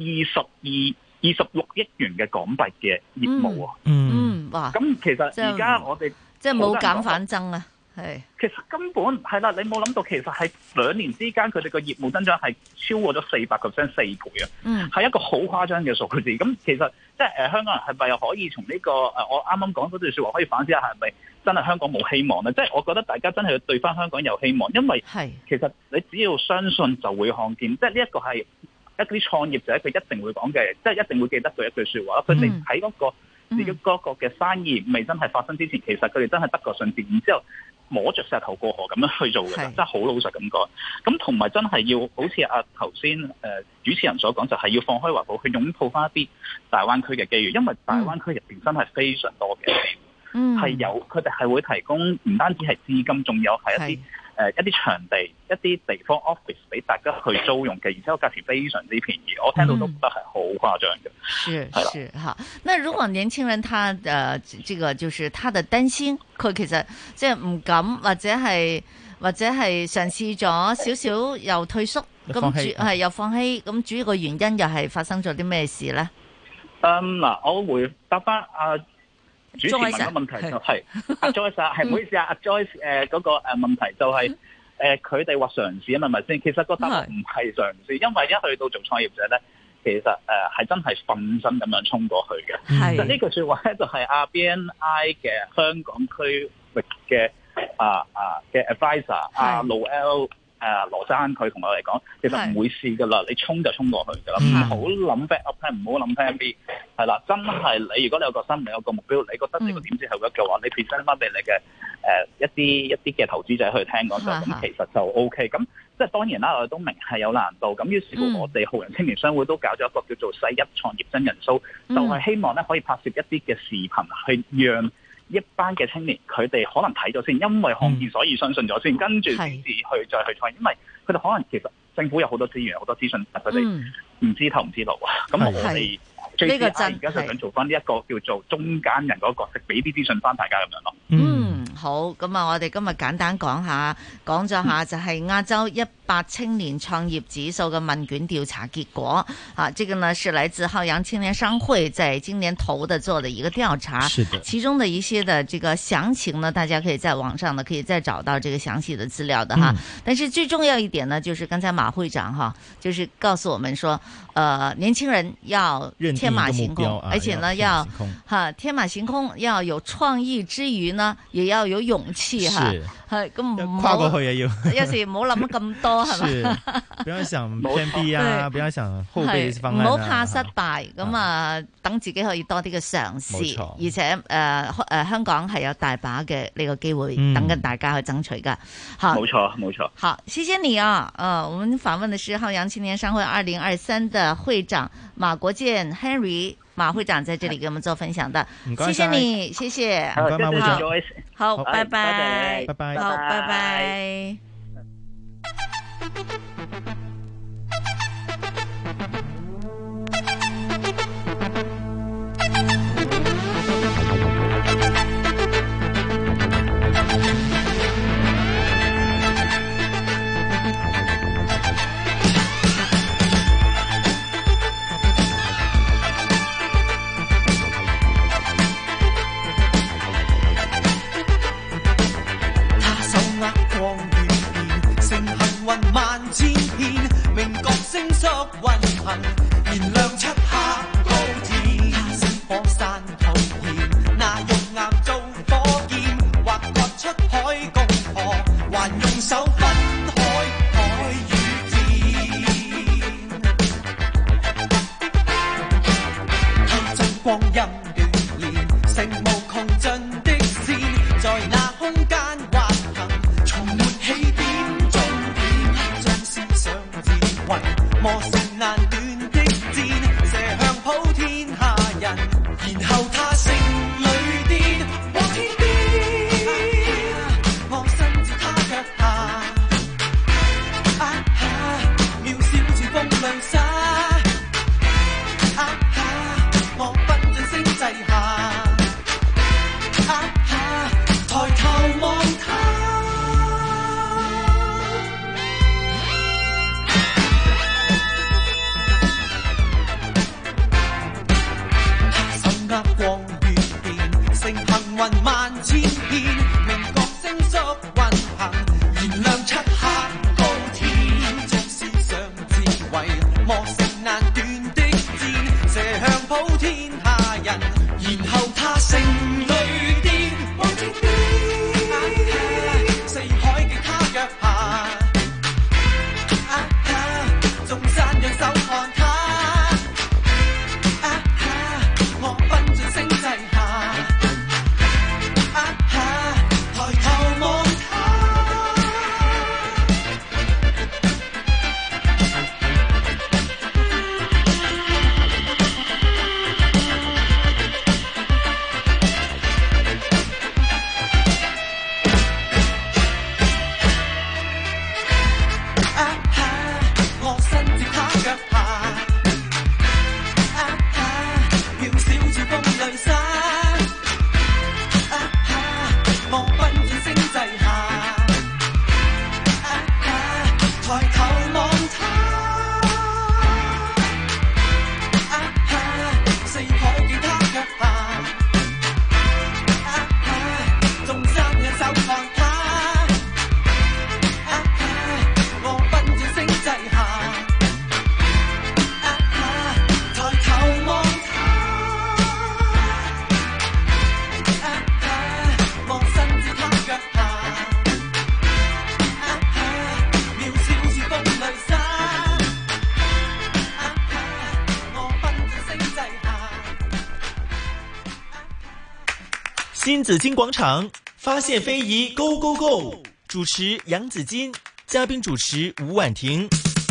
26億元嘅港幣嘅業務喎。哇！咁其實而家我哋即係冇減反增啊，係。其實根本係啦，你冇諗到，其實係2年之間佢哋個業務增長係超過咗400%，4倍啊！係一個好誇張嘅數字。咁其實即係香港人係咪又可以從呢個我啱啱講嗰段説話可以反思下，係咪真係香港冇希望咧？即係我覺得大家真係要對翻香港有希望，因為其實你只要相信就會看見，即係呢一個係一啲創業者佢一定會講嘅，即係一定會記得佢一句説話。佢哋喺嗰個自己嗰個嘅生意未真係發生之前，其實佢哋真係得個信字，然之後摸着石頭過河咁樣去做嘅，真係好老實咁講。咁同埋真係要好似頭先主持人所講，就係要放開懷抱去擁抱翻一啲大灣區嘅機遇，因為大灣區入邊真係非常多嘅，係有佢哋係會提供唔單止係資金，仲有係一啲一啲場地、一啲地方 office 俾大家去租用嘅，而且個價錢非常之便宜，我聽到都覺得係好誇張嘅。 是哈。那如果年輕人他這個就是他的擔心，佢其實即係唔敢或者係嘗試咗少少又退縮，咁又放棄，咁主要個原因又係發生咗啲咩事咧？ 嗱，我回答翻主持問嘅問題就係阿 Joyce 係唔好意思阿 Joyce 嗰個問題就係佢哋話嘗試啊嘛，係咪先？其實個答案唔係嘗試，因為一去到做創業者咧，其實係真係瞓身咁樣衝過去嘅。就呢句説話咧，就係阿 BNI 嘅香港區域嘅嘅 advisor 阿盧 L。羅生佢同我嚟講，其實唔會試噶啦，你衝就衝過去噶啦，唔好諗 back up plan，唔好諗 plan B， 係啦，真係你如果你有個心，你有個目標，你覺得呢個點子係 work 嘅話，你 present 翻俾你嘅一啲嘅投資者去聽嗰陣，咁其實就 OK。咁即係當然啦，我哋都明係有難度。咁於是乎，我哋浩人青年商會都搞咗一個叫做世一創業真人 show，就係希望咧可以拍攝一啲嘅視頻，去讓一班嘅青年，佢哋可能睇咗先，因為看見所以相信咗先，跟住先至再去創業。因為佢哋可能其實政府有好多資源、好多資訊，佢哋唔知頭唔知道啊。咁我哋最而家就想做翻呢一個叫做中間人嗰個角色，俾啲資訊翻大家咁樣咯。 好，咁啊，我哋今日簡單講咗下就係亞洲100青年創業指數嘅問卷調查結果啊，這個呢是來自浩洋青年商會在今年頭的做的一個調查，是的，其中的一些的這個詳情呢，大家可以在網上呢可以再找到這個詳細的資料的哈。但是最重要一點呢，就是剛才馬會長哈，就是告訴我們說，年輕人要天馬行空，而且呢要天馬行空，要有創意之餘呢，也要有勇氣哈，係咁跨過去啊，有時唔好諗得咁多係嘛， 不要想 plan B 啊，不要想後備方案， 唔好怕失敗，咁啊等自己可以多啲嘅嘗試，而且香港係有大把嘅呢個機會等緊大家去爭取噶，好， 冇錯， 好，謝謝你啊，我們訪問的是浩洋青年商會2023的會長馬國健 Henry。馬會長在這裡給我們做分享的，謝謝你，謝謝， 唔該馬會長， 好，拜拜， 拜拜， 好，拜拜。 新紫金广場發現非遺 ，Go Go Go！ 主持楊子矜，嘉賓主持吳婉婷。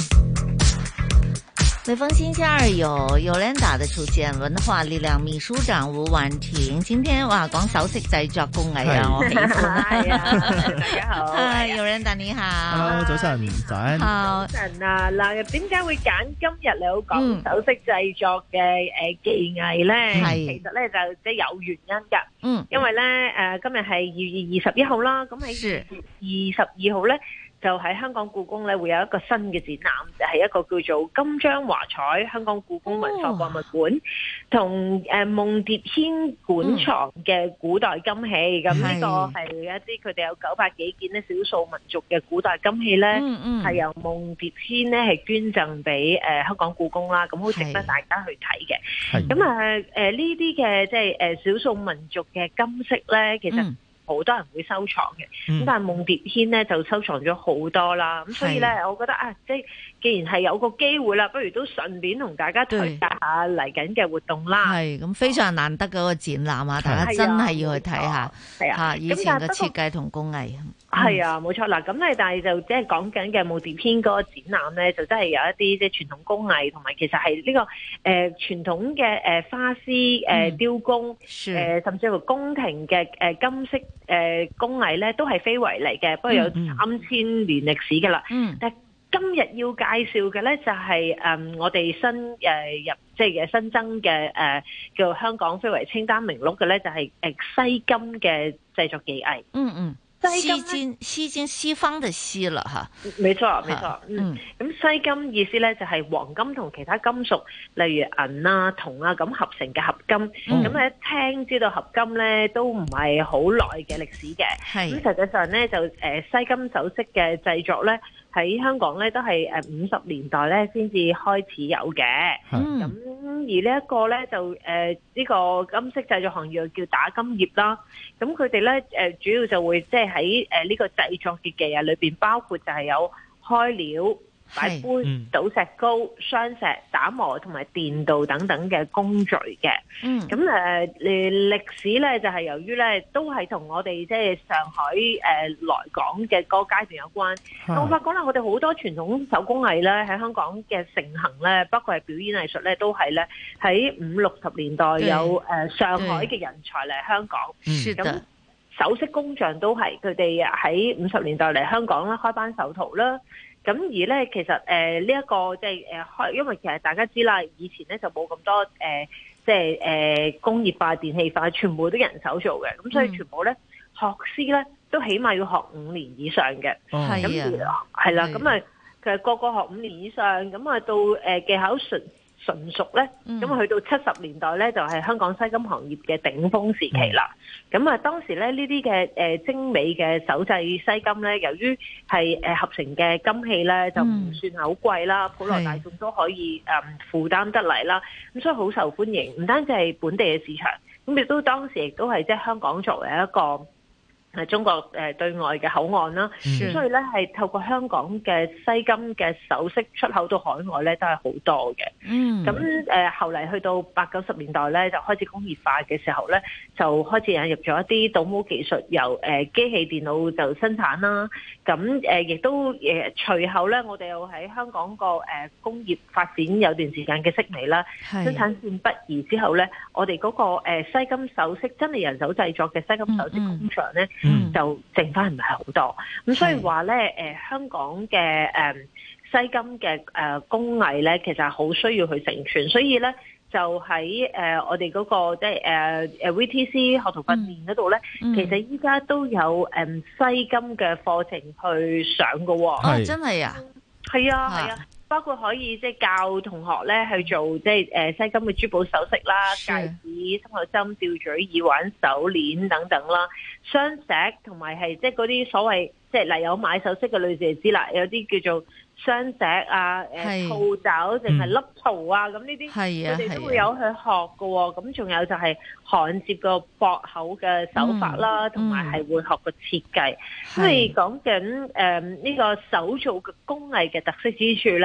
每逢星期二有 Yolanda 的出現，文化力量秘書長吳婉婷。今天話講首飾製作工藝啊，我喜歡。係啊，大家好。係 Yolanda 你好。 Hello， 早晨，早安。 早晨啊，嗱，點解會揀今日嚟講首飾製作嘅技藝咧？其實咧就即係有原因㗎。因為咧今日係2月21號啦，咁喺2月22號咧。就喺香港故宮咧會有一個新嘅展覽，就係一個叫做金章華彩香港故宮文化博物館同夢蝶軒館藏嘅古代金器。咁呢個係一啲佢哋有900幾件咧少數民族嘅古代金器咧，係由夢蝶軒咧係捐贈俾香港故宮啦，咁好值得大家去睇嘅。咁呢啲嘅即係少數民族嘅金飾咧，其實好多人會收藏嘅，咁但係夢蝶軒咧就收藏咗好多啦，咁所以咧，我覺得啊，即係既然係有個機會啦，不如都順便同大家推介下嚟緊嘅活動啦。 係咁非常難得嗰個展覽啊，大家真係要去睇下，嚇以前嘅設計同工藝。 係啊，冇錯啦。咁咧，但係就即係講緊嘅夢蝶軒嗰個展覽咧，就真係有一啲即係傳統工藝，同埋其實係呢個傳統嘅花絲雕工，甚至乎宮廷嘅金飾工藝咧，都係非遺嚟嘅，不過有3000年歷史㗎啦。但係今日要介紹嘅咧，就係我哋新入即係新增嘅叫香港非遺清單名錄嘅咧，就係西金嘅製作技藝。 西金西方的西啦吓， 沒錯。咁西金意思咧就係黃金同其他金屬，例如銀啊、銅啊咁合成嘅合金。咁一聽知道合金咧都唔係好耐嘅歷史嘅。咁實際上咧就西金首飾嘅製作咧喺香港咧都係50年代咧先至開始有嘅。咁而呢一個咧就呢個金飾製作行業又叫打金業啦。咁佢哋咧主要就會即係喺呢個製作嘅技藝裏邊，包括就係有開料、擺杯、倒石膏、雙石、打磨同埋電鍍等等嘅工序嘅。咁歷史咧就係由於咧都係同我哋即係上海來港嘅嗰個階段有關。我發覺咧，我哋好多傳統手工藝咧喺香港嘅盛行咧，包括係表演藝術咧，都係咧喺50、60年代有上海嘅人才嚟香港。咁首飾工匠都係佢哋喺50年代嚟香港啦，開班授徒啦。咁而咧，其實呢一個即係因為其實大家知啦，以前咧就冇咁多即係工業化、電氣化，全部都人手做嘅，咁所以全部咧學師咧都起碼要學5年以上嘅。咁係啦，咁啊其實個學5年以上，咁啊到技巧純熟咧，咁去到70年代咧，就係香港西金行業嘅頂峰時期啦。咁啊，當時咧呢啲嘅精美嘅手製西金咧，由於係合成嘅金器咧，就唔算係好貴啦，普羅大眾都可以負擔得嚟啦。咁所以好受歡迎，唔單止係本地嘅市場，咁亦都當時亦都係即係香港作為一個中國對外嘅口岸啦，所以咧係透過香港嘅西金嘅首飾出口到海外咧都係好多嘅。咁後嚟去到80、90年代咧就開始工業化嘅時候咧，就開始引入咗一啲倒模技術，由機器電腦就生產啦。咁亦都隨後咧，我哋又喺香港個工業發展有段時間嘅式微啦，生產線北移之後咧，我哋嗰個西金首飾真係人手製作嘅西金首飾工場咧。就剩翻唔係好多，咁所以話咧，香港嘅西金嘅工藝咧，其實係好需要去承傳，所以咧就喺我哋嗰個即係VTC 學徒訓練嗰度咧，其實依家都有西金嘅課程去上㗎喎。 真係啊！ 係啊！包括可以即係教同學咧去做即係西金嘅珠寶首飾啦、戒指、心口針、吊墜、耳環、手鏈等等啦，雙石同埋係即係嗰啲所謂即係有買首飾嘅女士就知啦，有啲叫做雙石啊、兔爪定係粒桃啊，咁呢啲佢哋都會有去學㗎喎。咁仲有就係焊接個駁口嘅手法啦，同埋係會學個設計。因為講緊呢個手造嘅工藝嘅特色之處咧，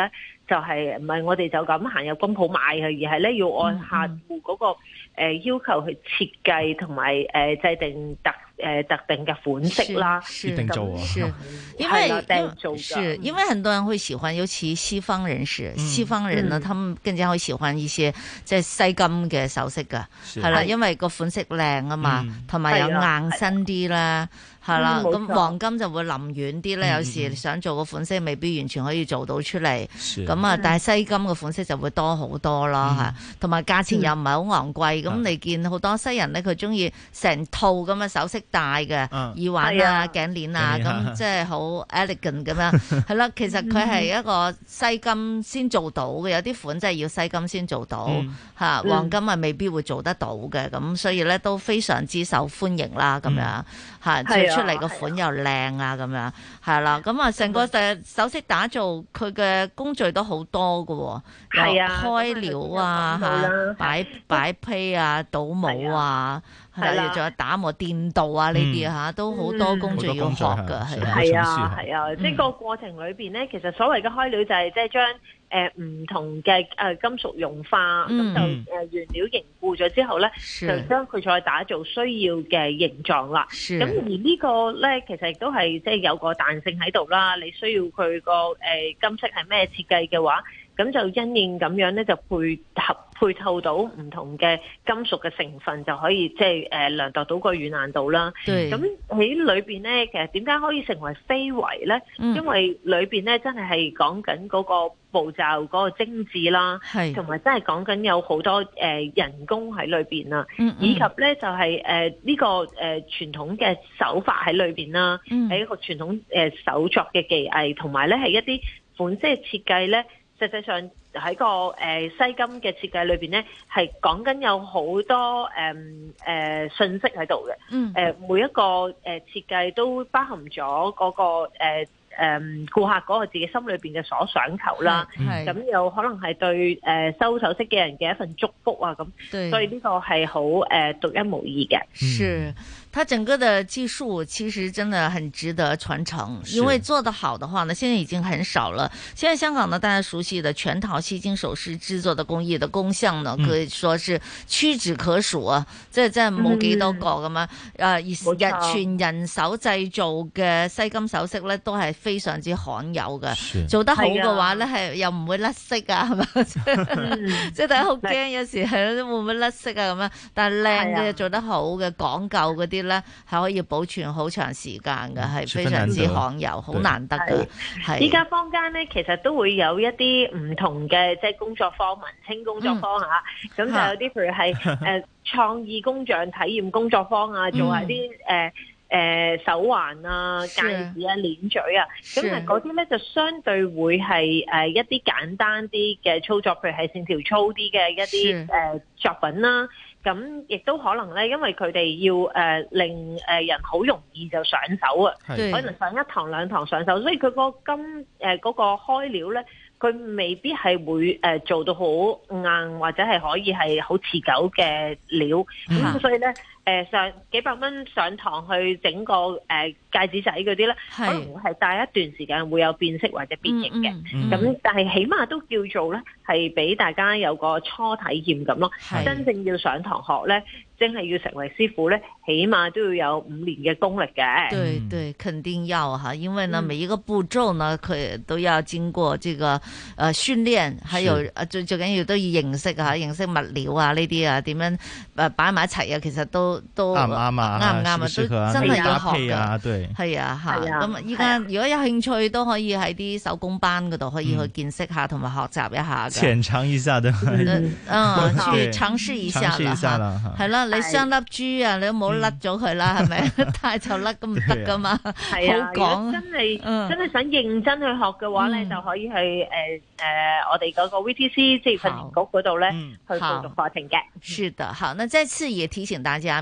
就係唔係我哋就咁行入金鋪買佢，而係咧要按客戶嗰個要求去設計同埋制定特定嘅款式啦， 是定做啊， 是因為很多人會喜歡，尤其西方人士，西方人呢，他們更加會喜歡一些即係西金嘅首飾噶，係啦，因為個款式靚啊嘛，同埋有硬身啲啦。係啦，咁黃金就會臨遠啲咧，有時想做個款式未必完全可以做到出嚟，咁啊，但係西金嘅款式就會多好多咯嚇，同埋價錢又唔係好昂貴，咁你見好多西人咧，佢中意成套咁嘅首飾戴嘅耳環啊、頸鏈啊，咁即係好 elegant 咁樣，係啦，其實佢係一個西金先做到嘅，有啲款真係要西金先做到嚇，黃金啊未必會做得到嘅，咁所以咧都非常之受歡迎啦，咁樣嚇。出嚟個款又靚啊，咁樣係啦，咁啊成個首飾打造佢嘅工序都好多㗎喎，有開料啊，擺胚啊，倒模啊，係啦，仲有打磨電鍍啊呢啲嚇，都好多工序要學㗎， 係啊，即係個過程裏邊咧，其實所謂嘅開料就係即係將唔同嘅金屬融化，咁就原料凝固咗之後咧，就將佢再打造需要嘅形狀啦。咁而呢個咧，其實亦都係即係有個彈性喺度啦。你需要佢個金色係咩設計嘅話，咁就因應咁樣咧，就配套到唔同嘅金屬嘅成分，就可以即係量度到個軟硬度啦。咁喺裏邊咧，其實點解可以成為非遺咧？因為裏邊咧真係講緊嗰個步驟嗰個精緻啦，同埋真係講緊有好多人工喺裏邊啦，以及咧就係呢個傳統嘅手法喺裏邊啦，係一個傳統手作嘅技藝，同埋咧係一啲款式嘅設計咧。實際上喺個西金嘅設計裏邊咧，係講緊有好多信息喺度嘅。每一個設計都包含咗嗰個顧客嗰個自己心裏邊嘅所想求啦。咁有可能係對收首飾嘅人嘅一份祝福啊咁。所以呢個係好獨一無二嘅。 是。它整個的技術其實真的很值得傳承，因為做得好的話呢，現在已經很少了。現在香港呢，大家熟悉的全陶西金首飾製作的工藝的工項呢，可以說是屈指可數啊！即係冇幾多個咁樣。而全人手製造嘅西金首飾呢，都係非常之罕有嘅。做得好嘅話呢，係又唔會甩色啊，係咪？即係大家好驚有時係會唔會甩色啊咁樣。但係靚嘅做得好嘅講究嗰啲咧係可以保存好長時間嘅，係非常之罕有，好難得嘅。係依家坊間咧，其實都會有一啲唔同嘅即係工作坊、文青工作坊嚇，咁就有啲譬如係創意工匠體驗工作坊啊，做下啲手環啊、戒指啊、鏈嘴啊，咁啊嗰啲咧就相對會係一啲簡單啲嘅操作，譬如係線條粗啲嘅一啲作品啦。咁亦都可能咧，因為佢哋要令人好容易就上手啊，可能上一堂兩堂上手，所以佢個金嗰個開料咧，佢未必係會做到好硬，或者係可以係好持久嘅料，咁所以咧上幾百蚊上堂去整個戒指仔嗰啲咧，可能會係戴一段時間會有變色或者變形嘅，咁但係起碼都叫做咧係俾大家有個初體驗咁咯，真正要上堂學咧，真係要成為師傅咧，起碼都要有5年嘅功力嘅。 對對，肯定要哈，因為呢每一個步驟呢，佢都要經過這個訓練，還有最緊要都要認識啊，認識物料啊呢啲啊，點樣擺埋一齊啊，其實都啱唔啱啊？ 啱唔啱啊？都真係要學㗎。 對， 係啊嚇。咁依家如果有興趣，都可以喺啲手工班嗰度可以去見識下，同埋學習一下嘅。 淺嘗一下的。 去嘗試一下啦。係啦。你鑲粒珠啊，你都冇甩咗佢啦，係咪？太就甩咁唔得噶嘛。 係啊，如果真係想認真去學嘅話咧，就可以去我哋嗰個 VTC 職業訓練局嗰度咧去報讀課程嘅。 是的，好，那再次也提醒大家，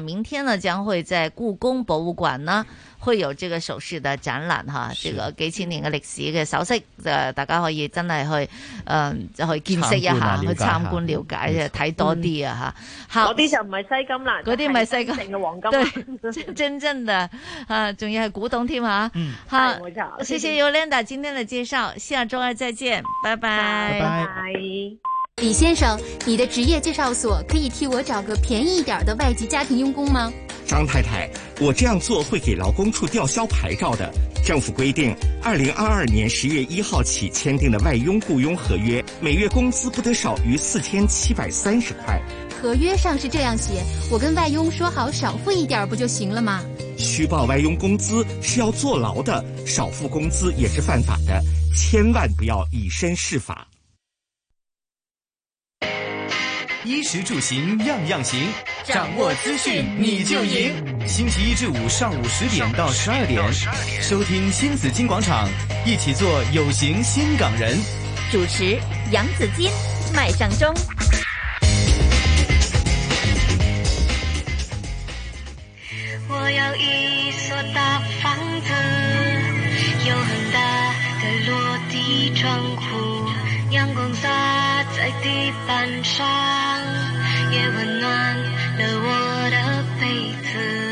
明天呢將會在故宮博物館呢會有這個首飾的展覽哈，這個幾千年嘅歷史嘅首飾，大家可以真係去就去見識一下，去參觀了解，睇多啲啊嚇。 嗰啲就唔係西金啦， 嗰啲唔係西金， 真正嘅黃金。 對，真正的啊，仲要係古董添嚇。好，謝謝 Yolanda 今天的介紹，下週二再見，拜拜。 拜拜。 李先生，你的職業介紹所可以替我找個便宜一點的外籍家庭傭工嗎？ 張太太，我這樣做會給勞工處吊銷牌照的。政府規定，2022年10月1號起簽訂的外傭僱傭合約，每月工資不得少於4730塊。 合約上是這樣寫，我跟外傭說好少付一點不就行了嗎？ 虛報外傭工資是要坐牢的，少付工資也是犯法的，千萬不要以身試法。 衣食住行樣樣行，掌握資訊你就贏。星期一至五上午10點到12點，收聽新紫荊廣場，一起做有型新港人。 主持楊子矜、麥尚中。 我要一所大房子，有很大的落地窗戶，陽光灑在地板上，也溫暖了我的被子。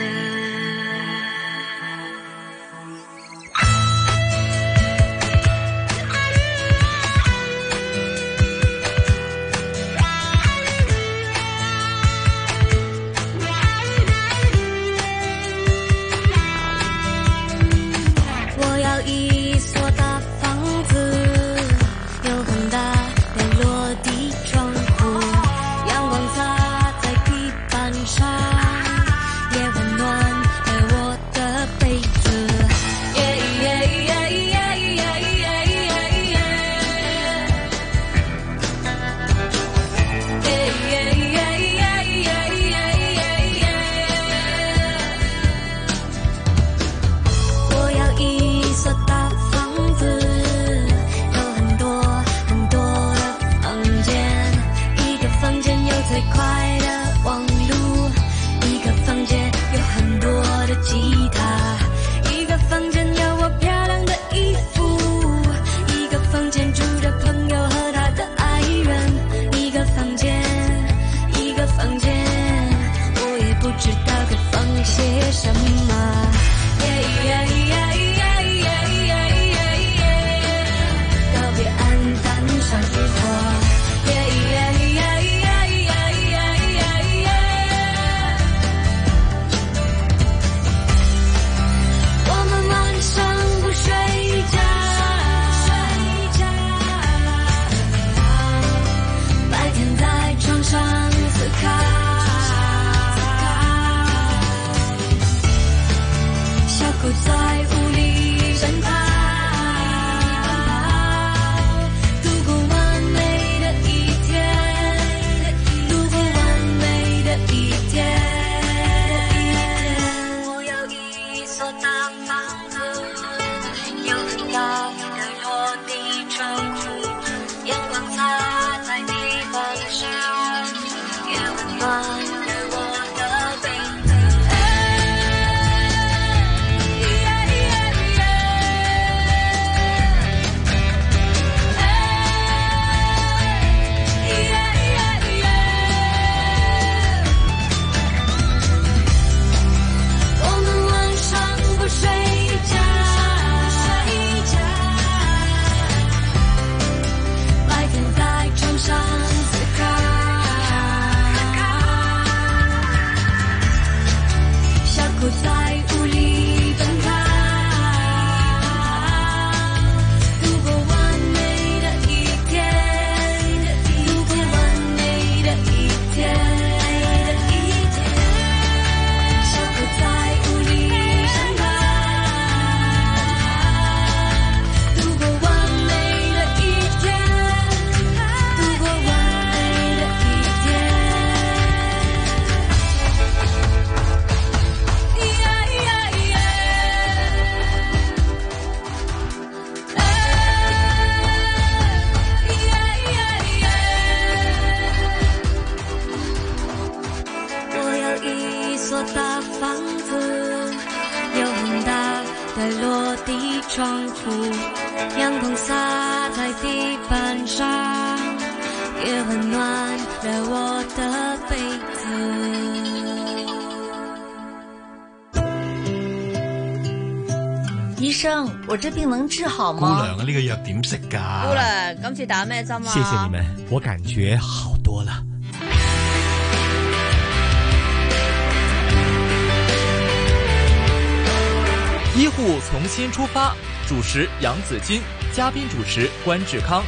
我要一所大房子，有很大的落地窗戶，陽光灑在地板上，也溫窗户，阳光洒在地板上，也温暖了我的被子。醫生，我這病能治好嗎？ 姑娘啊，呢個藥點食㗎？ 姑娘，今次打咩針啊？ 謝謝你們，我感覺好多了。 醫護從新出發，主持楊子矜，嘉賓主持關志康。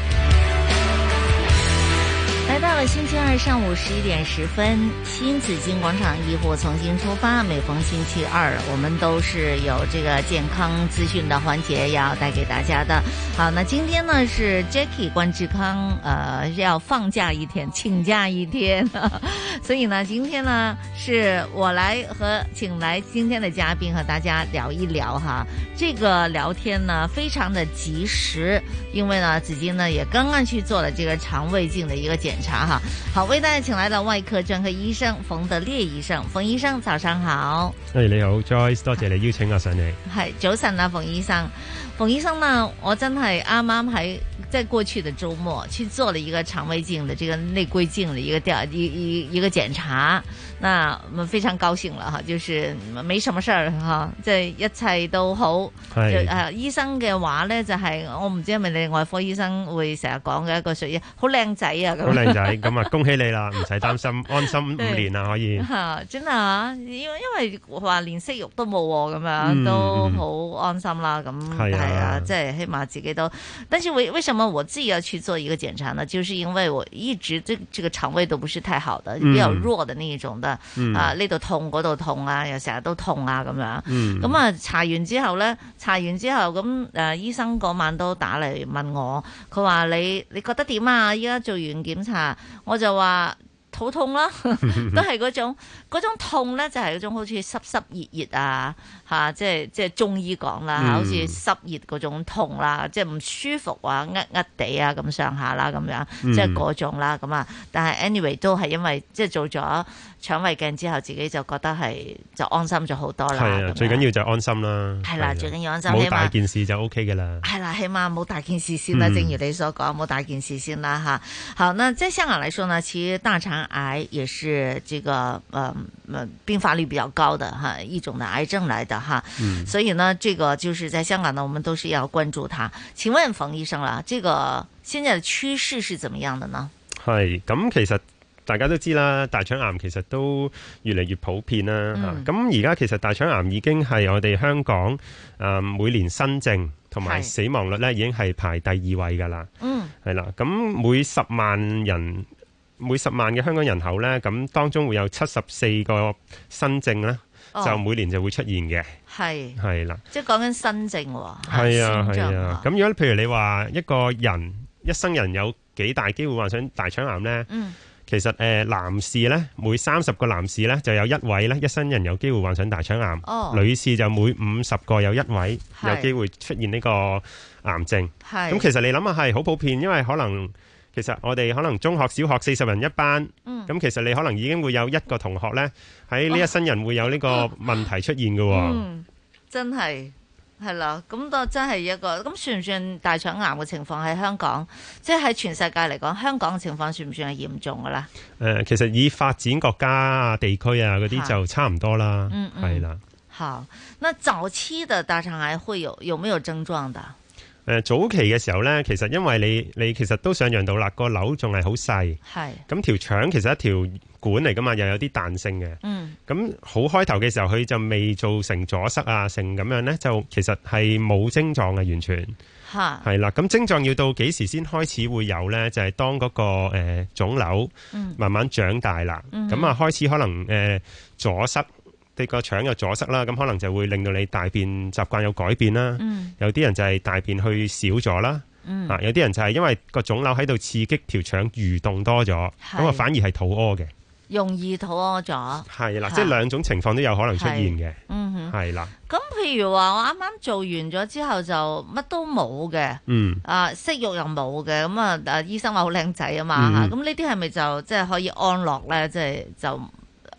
來到了星期二上午11點10分，新紫荊廣場醫護重新出發。每逢星期二，我們都是有這個健康資訊的環節要帶給大家的。好，那今天呢是 Jackie 關志康，要放假一天，請假一天，所以呢，今天呢是我來請來今天的嘉賓和大家聊一聊哈。這個聊天呢非常的及時，因為呢紫荊呢也剛剛去做了這個腸胃鏡的一個檢查哈。好，為大家請來了外科專科醫生馮德烈醫生。馮醫生早上好。 你好 Joyce， 多謝你邀請我上嚟。 係早晨啊，馮醫生。馮醫生呢，我真係啱啱喺在過去的周末去做了一個腸胃鏡的這個內窺鏡的一個檢查，那我們非常高興了哈，就是沒什麼事兒哈，即係一切都好。係醫生嘅話咧，就係我唔知係咪你外科醫生會成日講嘅一個術語，好靚仔啊咁。好靚仔，咁啊恭喜你啦，唔使擔心，安心5年啦可以。 真啊，因為話連息肉都冇咁樣，都好安心啦咁。係啊，即係起碼自己都。但是為什麼我自己要去做一個檢查呢？就是因為我一直這個腸胃都不是太好的，比較弱的那一種的。啊呢度痛嗰度痛啊，又成日都痛啊咁樣。咁啊查完之後咁醫生嗰晚都打嚟問我，佢話你覺得點啊？依家做完檢查，我就話肚痛啦，都係嗰種痛咧，就係嗰種好似濕濕熱熱啊嚇，即係中醫講啦，好似濕熱嗰種痛啦，即係唔舒服啊，地啊咁上下啦咁樣，即係嗰種啦咁啊。但係 anyway 都係因為即係做咗腸胃鏡之後，自己就覺得係就安心咗好多啦。 係啊，最緊要就安心啦。 係啦，最緊要安心， 冇大件事就 OK 嘅啦。 係啦，起碼冇大件事先啦。正如你所講，冇大件事先啦嚇。好，那在香港來說呢，其實大腸癌也是這個病發率比較高的哈一種的癌症來的哈。所以呢，這個就是在香港呢，我們都是要關注它。請問馮醫生啦，這個現在的趨勢是怎麼樣的呢？ 係咁，其實大家都知啦，大腸癌其實都越嚟越普遍啦。咁而家其實大腸癌已經係我哋香港每年新症同埋死亡率咧，已經係排第2位噶啦。係啦，咁每10萬嘅香港人口咧，咁當中會有74個新症咧，就每年就會出現嘅。係啦，即係講緊新症喎。係啊。咁如果譬如你話一個人一生人有幾大機會患上大腸癌咧？其實男士咧，每30個男士咧就有1位咧，一生人有機會患上大腸癌。女士就每50個有1位有機會出現呢個癌症。咁其實你諗下係好普遍，因為可能其實我哋可能中學、小學40人一班。咁其實你可能已經會有1個同學咧喺呢一生人會有呢個問題出現嘅。 真係。係啦，咁都真係一個，咁算唔算大腸癌嘅情況喺香港？即係喺全世界嚟講，香港嘅情況算唔算係嚴重嘅咧？ 其實以發展國家啊、地區啊嗰啲就差唔多啦，係啦。 好，那早期的大腸癌會有沒有症狀的？ 早期嘅時候咧，其實因為你其實都想象到啦，個瘤仲係好細，咁條腸其實一條管嚟噶嘛，又有啲彈性嘅。咁好開頭嘅時候，佢就未造成阻塞啊，成咁樣咧，就其實係冇症狀嘅，完全係啦。咁症狀要到幾時先開始會有咧？就係當嗰個腫瘤慢慢長大啦，咁啊開始可能阻塞。你個腸有阻塞啦，咁可能就會令到你大便習慣有改變啦。有啲人就係大便去少咗啦。有啲人就係因為個腫瘤喺度刺激條腸蠕動多咗，咁啊反而係肚屙嘅， 容易肚屙咗。係啦，即係兩種情況都有可能出現嘅。係啦。 咁譬如話我啱啱做完咗之後就乜都冇嘅，息肉又冇嘅，咁啊醫生話好靚仔啊嘛，咁呢啲係咪就即係可以安樂咧？即係就。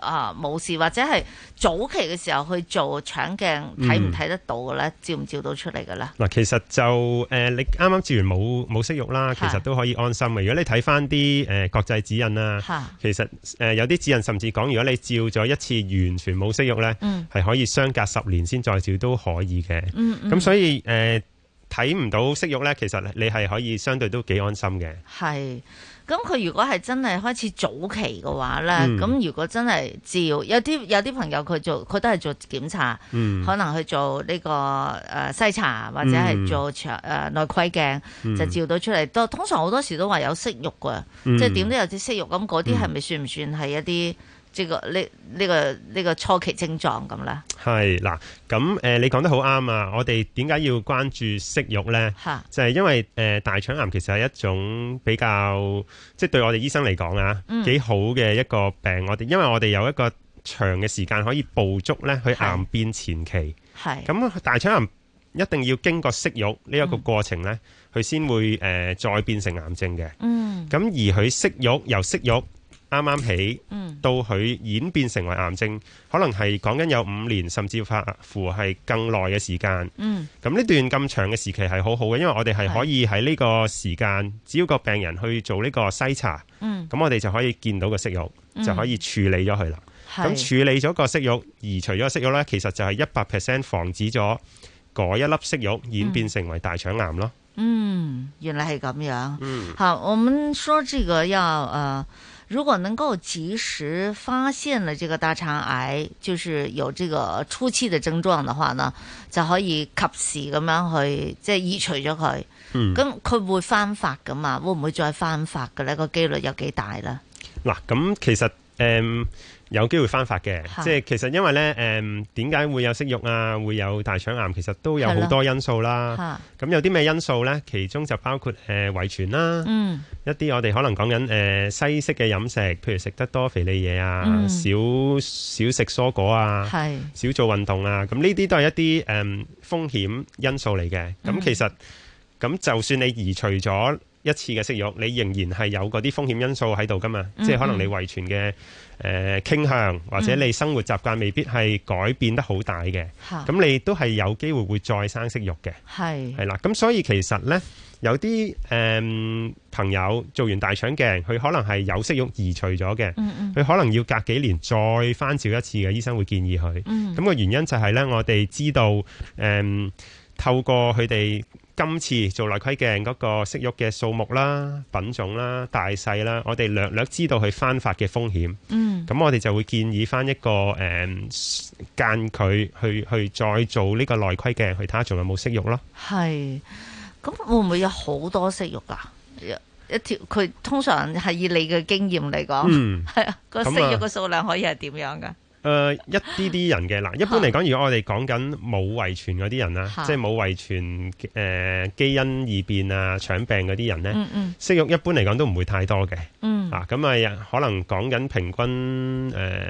冇事，或者係早期嘅時候去做腸鏡睇唔睇得到嘅咧？照唔照到出嚟嘅咧？ 嗱，其實就你啱啱照完冇息肉啦，其實都可以安心嘅。如果你睇翻啲國際指引啦，其實有啲指引甚至講，如果你照咗一次完全冇息肉咧，係可以相隔10年先再照都可以嘅。咁所以睇唔到息肉咧，其實你係可以相對都幾安心嘅。 係。咁佢如果係真係開始早期嘅話咧，咁如果真係照，有啲朋友佢都係做檢查，可能去做呢個篩查或者係做內窺鏡，就照到出嚟。通常好多時都話有息肉嘅，即係點都有啲息肉。咁嗰啲係咪算唔算係一啲呢個初期症狀咁咧？係嗱， 咁你講得好啱啊！我哋點解要關注息肉咧？就係因為大腸癌其實係一種比較，即係對我哋醫生嚟講啊，幾好嘅一個病。因為我哋有一個長嘅時間可以捕捉咧，去癌變前期。咁大腸癌一定要經過息肉呢一個過程咧，佢先會再變成癌症嘅。咁而佢由息肉啱啱起到佢演變成為癌症，可能係講緊有5年，甚至乎係更耐嘅時間。咁呢段咁長嘅時期係好好嘅，因為我哋係可以喺呢個時間，只要個病人去做呢個篩查，咁我哋就可以見到個息肉，就可以處理咗佢啦。咁處理咗個息肉，移除咗個息肉呢，其實就係100% 防止咗嗰一粒息肉演變成為大腸癌咯。 原來係咁樣。好，我們說這個要如果能夠及時發現了這個大腸癌，就是有這個初期的症狀的話呢，就可以及時咁樣去即係移除咗佢。咁佢會翻發噶嘛？會唔會再翻發嘅呢？個機率有幾大呢？ 嗱，咁其實有機會翻發嘅，即係其實因為咧點解會有息肉啊，會有大腸癌，其實都有好多因素啦。咁有啲咩因素咧？其中就包括遺傳啦，一啲我哋可能講緊西式嘅飲食，譬如食得多肥膩嘢啊，少食蔬果啊，少做運動啊，咁呢啲都係一啲風險因素嚟嘅。咁其實咁就算你移除咗一次嘅息肉，你仍然係有嗰啲風險因素喺度噶嘛，即係可能你遺傳嘅傾向，或者你生活習慣未必係改變得好大嘅，咁你都係有機會再生息肉嘅，係啦。咁所以其實呢，有啲朋友做完大腸鏡，佢可能係有息肉移除咗嘅，佢可能要隔幾年再翻照一次嘅，醫生會建議佢。咁個原因就係呢，我哋知道透過佢哋今次做內窺鏡嗰個息肉嘅數目啦、品種啦、大細啦，我哋略知道佢翻發嘅風險。咁我哋就會建議翻一個間佢去再做呢個內窺鏡，去睇下仲有冇息肉咯。係，咁會唔會有好多息肉啊？一條佢通常係以你嘅經驗嚟講，係啊，個息肉嘅數量可以係點樣㗎？ 一啲人嘅嗱，一般嚟講，如果我哋講緊冇遺傳嗰啲人啦，即係冇遺傳基因異變啊、腸病嗰啲人咧，息肉一般嚟講都唔會太多嘅。咁啊，可能講緊平均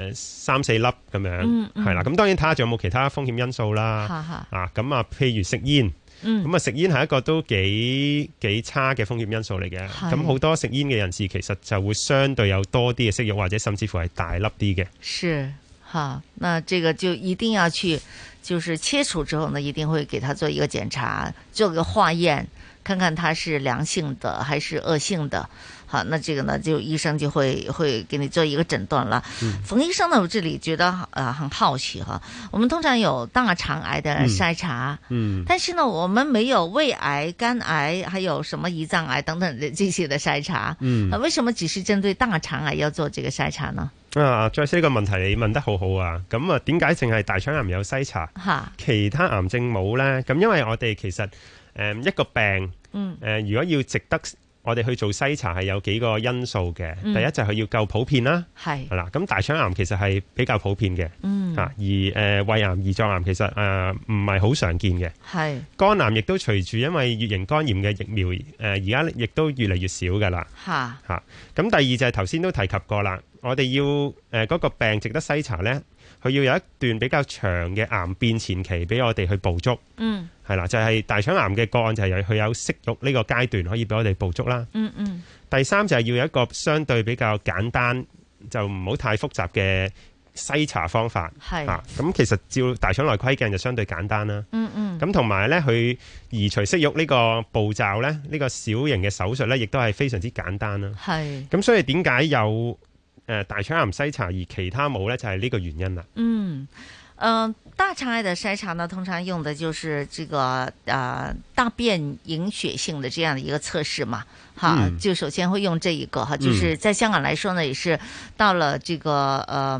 3-4粒咁樣，係啦。咁當然睇下仲有冇其他風險因素啦。咁啊，譬如食煙，咁啊食煙係一個都幾差嘅風險因素嚟嘅。咁好多食煙嘅人士其實就會相對有多啲嘅息肉，或者甚至乎係大粒啲嘅。是。好，那這個就一定要去，就是切除之後呢，一定會給他做一個檢查，做個化驗，看看他是良性的還是惡性的。好，那這個呢，就醫生就會給你做一個診斷了。馮醫生呢，我這裡覺得很好奇哈，我們通常有大腸癌的篩查，但是呢，我們沒有胃癌、肝癌，還有什麼胰臟癌等等這些的篩查。為什麼只是針對大腸癌要做這個篩查呢？Joyce，呢個問題你問得好好啊！咁啊，點解淨係大腸癌有篩查，其他癌症冇呢？咁因為我哋其實一個病，如果要值得我哋去做篩查，係有幾個因素嘅。第一就係佢要夠普遍啦，係啦。咁大腸癌其實係比較普遍嘅，而胃癌、胰臟癌其實唔係好常見嘅。係肝癌亦都隨住因為乙型肝炎嘅疫苗而家亦都越嚟越少㗎啦。咁第二就係頭先都提及過啦。我哋要嗰個病值得篩查呢，佢要有一段比較長嘅癌變前期俾我哋去捕捉。係啦，就係大腸癌嘅個案就係佢有息肉呢個階段可以俾我哋捕捉啦。第三就係要有一個相對比較簡單，就唔好太複雜嘅篩查方法咁其實照大腸內窺鏡就相對簡單啦。咁同埋咧，佢移除息肉呢個步驟咧，呢個小型嘅手術咧，亦都係非常之簡單啦。咁所以點解有大腸癌篩查而其他冇咧？就係呢個原因啦。 大腸癌的篩查呢，通常用的就是這個大便隱血性的這樣的一個測試嘛，就首先會用這一個就是在香港來說呢，也是到了這個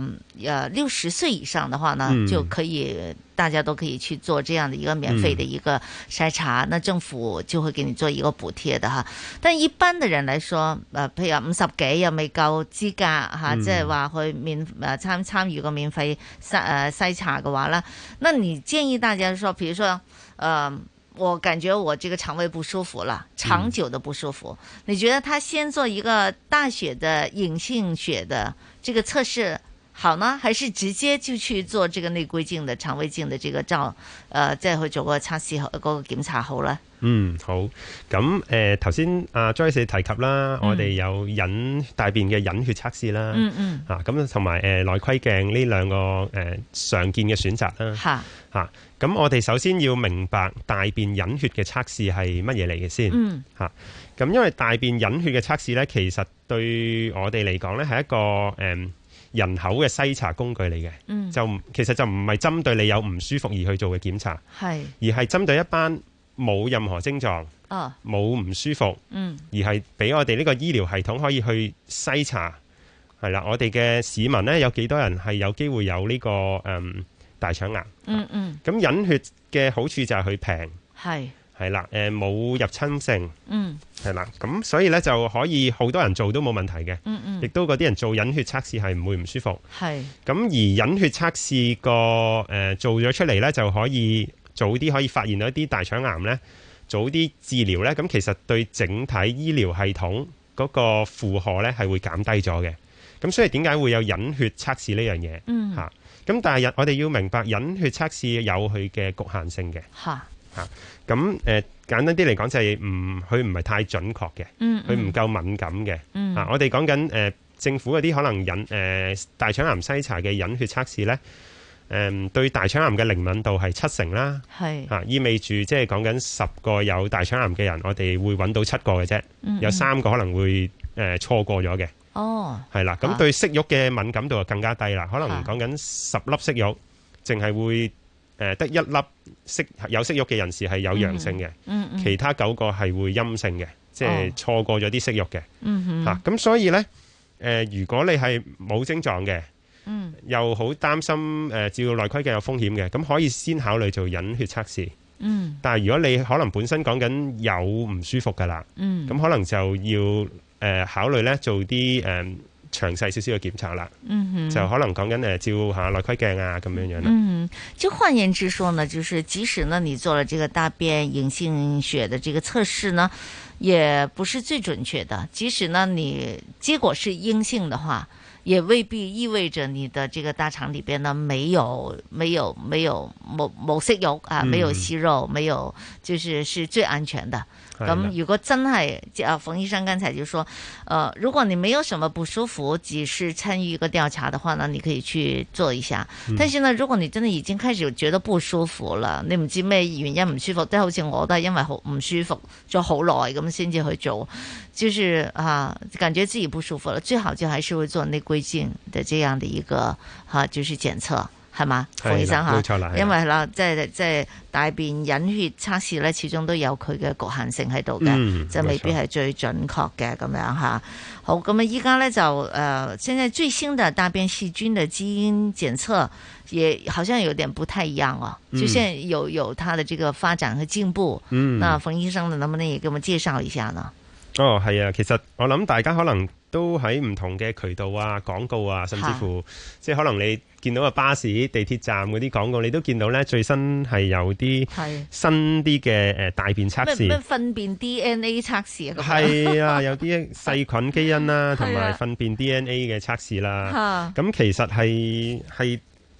60歲以上的話呢，就可以大家都可以去做這樣的一個免費的一個篩查，那政府就會給你做一個補貼的但一般的人來說，譬如話50幾又未夠資格即係話去參與個免費篩查嘅話呢，那你建議大家說，比如說我感覺我這個腸胃不舒服了，長久的不舒服，你覺得他先做一個大血的隱性血的這個測試好呢，還是直接就去做這個內窺鏡的腸胃鏡的這個即係去做個測試嗰個檢查好呢？ 好。咁頭先阿 Joyce 提及啦，我哋有大便嘅隱血測試啦，咁同埋內窺鏡呢兩個常見嘅選擇啦。咁我哋首先要明白大便隱血嘅測試係乜嘢嚟嘅先。咁因為大便隱血嘅測試呢，其實對我哋嚟講呢係一個人口嘅篩查工具嚟嘅，其實就唔係針對你有唔舒服而去做嘅檢查，而係針對一班冇任何症狀、冇唔舒服，而係俾我哋呢個醫療系統可以去篩查，係啦，我哋嘅市民呢，有幾多人係有機會有呢個大腸癌？咁隱血嘅好處就係佢平，係啦，冇入侵性，係啦，咁所以咧就可以好多人做都冇問題嘅，亦都嗰啲人做隱血測試係唔會唔舒服，咁而隱血測試個做咗出嚟咧就可以早啲可以發現到一啲大腸癌咧，早啲治療咧，咁其實對整體醫療系統嗰個負荷咧係會減低咗嘅，咁所以點解會有隱血測試呢樣嘢？咁但係我哋要明白隱血測試有佢嘅局限性嘅。咁簡單啲嚟講就係佢唔係太準確嘅，佢唔夠敏感嘅。我哋講緊政府嗰啲可能大腸癌篩查嘅隱血測試咧，對大腸癌嘅靈敏度係7成啦，意味住即係講緊10個有大腸癌嘅人，我哋會揾到7個嘅啫，有3個可能會錯過咗嘅。係啦，咁對息肉嘅敏感度就更加低啦，可能講緊10粒息肉，淨係會得1粒有息肉嘅人士係有陽性嘅，其他9個係會陰性嘅，即係錯過咗啲息肉嘅。咁所以呢，如果你係冇症狀嘅，又好擔心照內窺鏡有風險嘅，咁可以先考慮做隱血測試。但係如果你可能本身講緊有唔舒服㗎啦，咁可能就要考慮呢做啲詳細少少嘅檢查啦，就可能講緊照下內窺鏡啊咁樣樣啦。 就換言之說呢，就是即使呢你做了這個大便隱性血的這個測試呢，也不是最準確的。即使呢你結果是陰性的話，也未必意味着你的這個大腸裏邊呢沒有息肉啊，沒有息肉，沒有就是最安全的。咁如果真係馮醫生剛才就說，如果你沒有什麼不舒服，只是參與一個調查的話呢，你可以去做一下。但是呢，如果你真的已經開始覺得不舒服了，你唔知咩原因唔舒服，即係好似我都係因為好唔舒服咗好耐咁先至去做，就是感覺自己不舒服了，最好就還是會做內窺鏡的這樣的一個就是檢測。係嘛，馮醫生嚇，因為啦，即係大便隱血測試咧，始終都有佢嘅局限性喺度嘅，就未必係最準確嘅咁樣嚇。好，咁啊，依家咧就現在最新的大便細菌的基因檢測，也好像有點不太一樣哦。就現在有它的這個發展和進步。那馮醫生呢，能不能也給我們介紹一下呢？ 係啊，其實我諗大家可能都喺唔同嘅渠道啊、廣告啊，甚至乎即係可能你見到個巴士、地鐵站嗰啲廣告，你都見到咧最新係有啲新啲嘅大便測試， 咩糞便 DNA 測試啊？ 係啊，有啲細菌基因啦，同埋糞便 DNA 嘅測試啦。咁其實係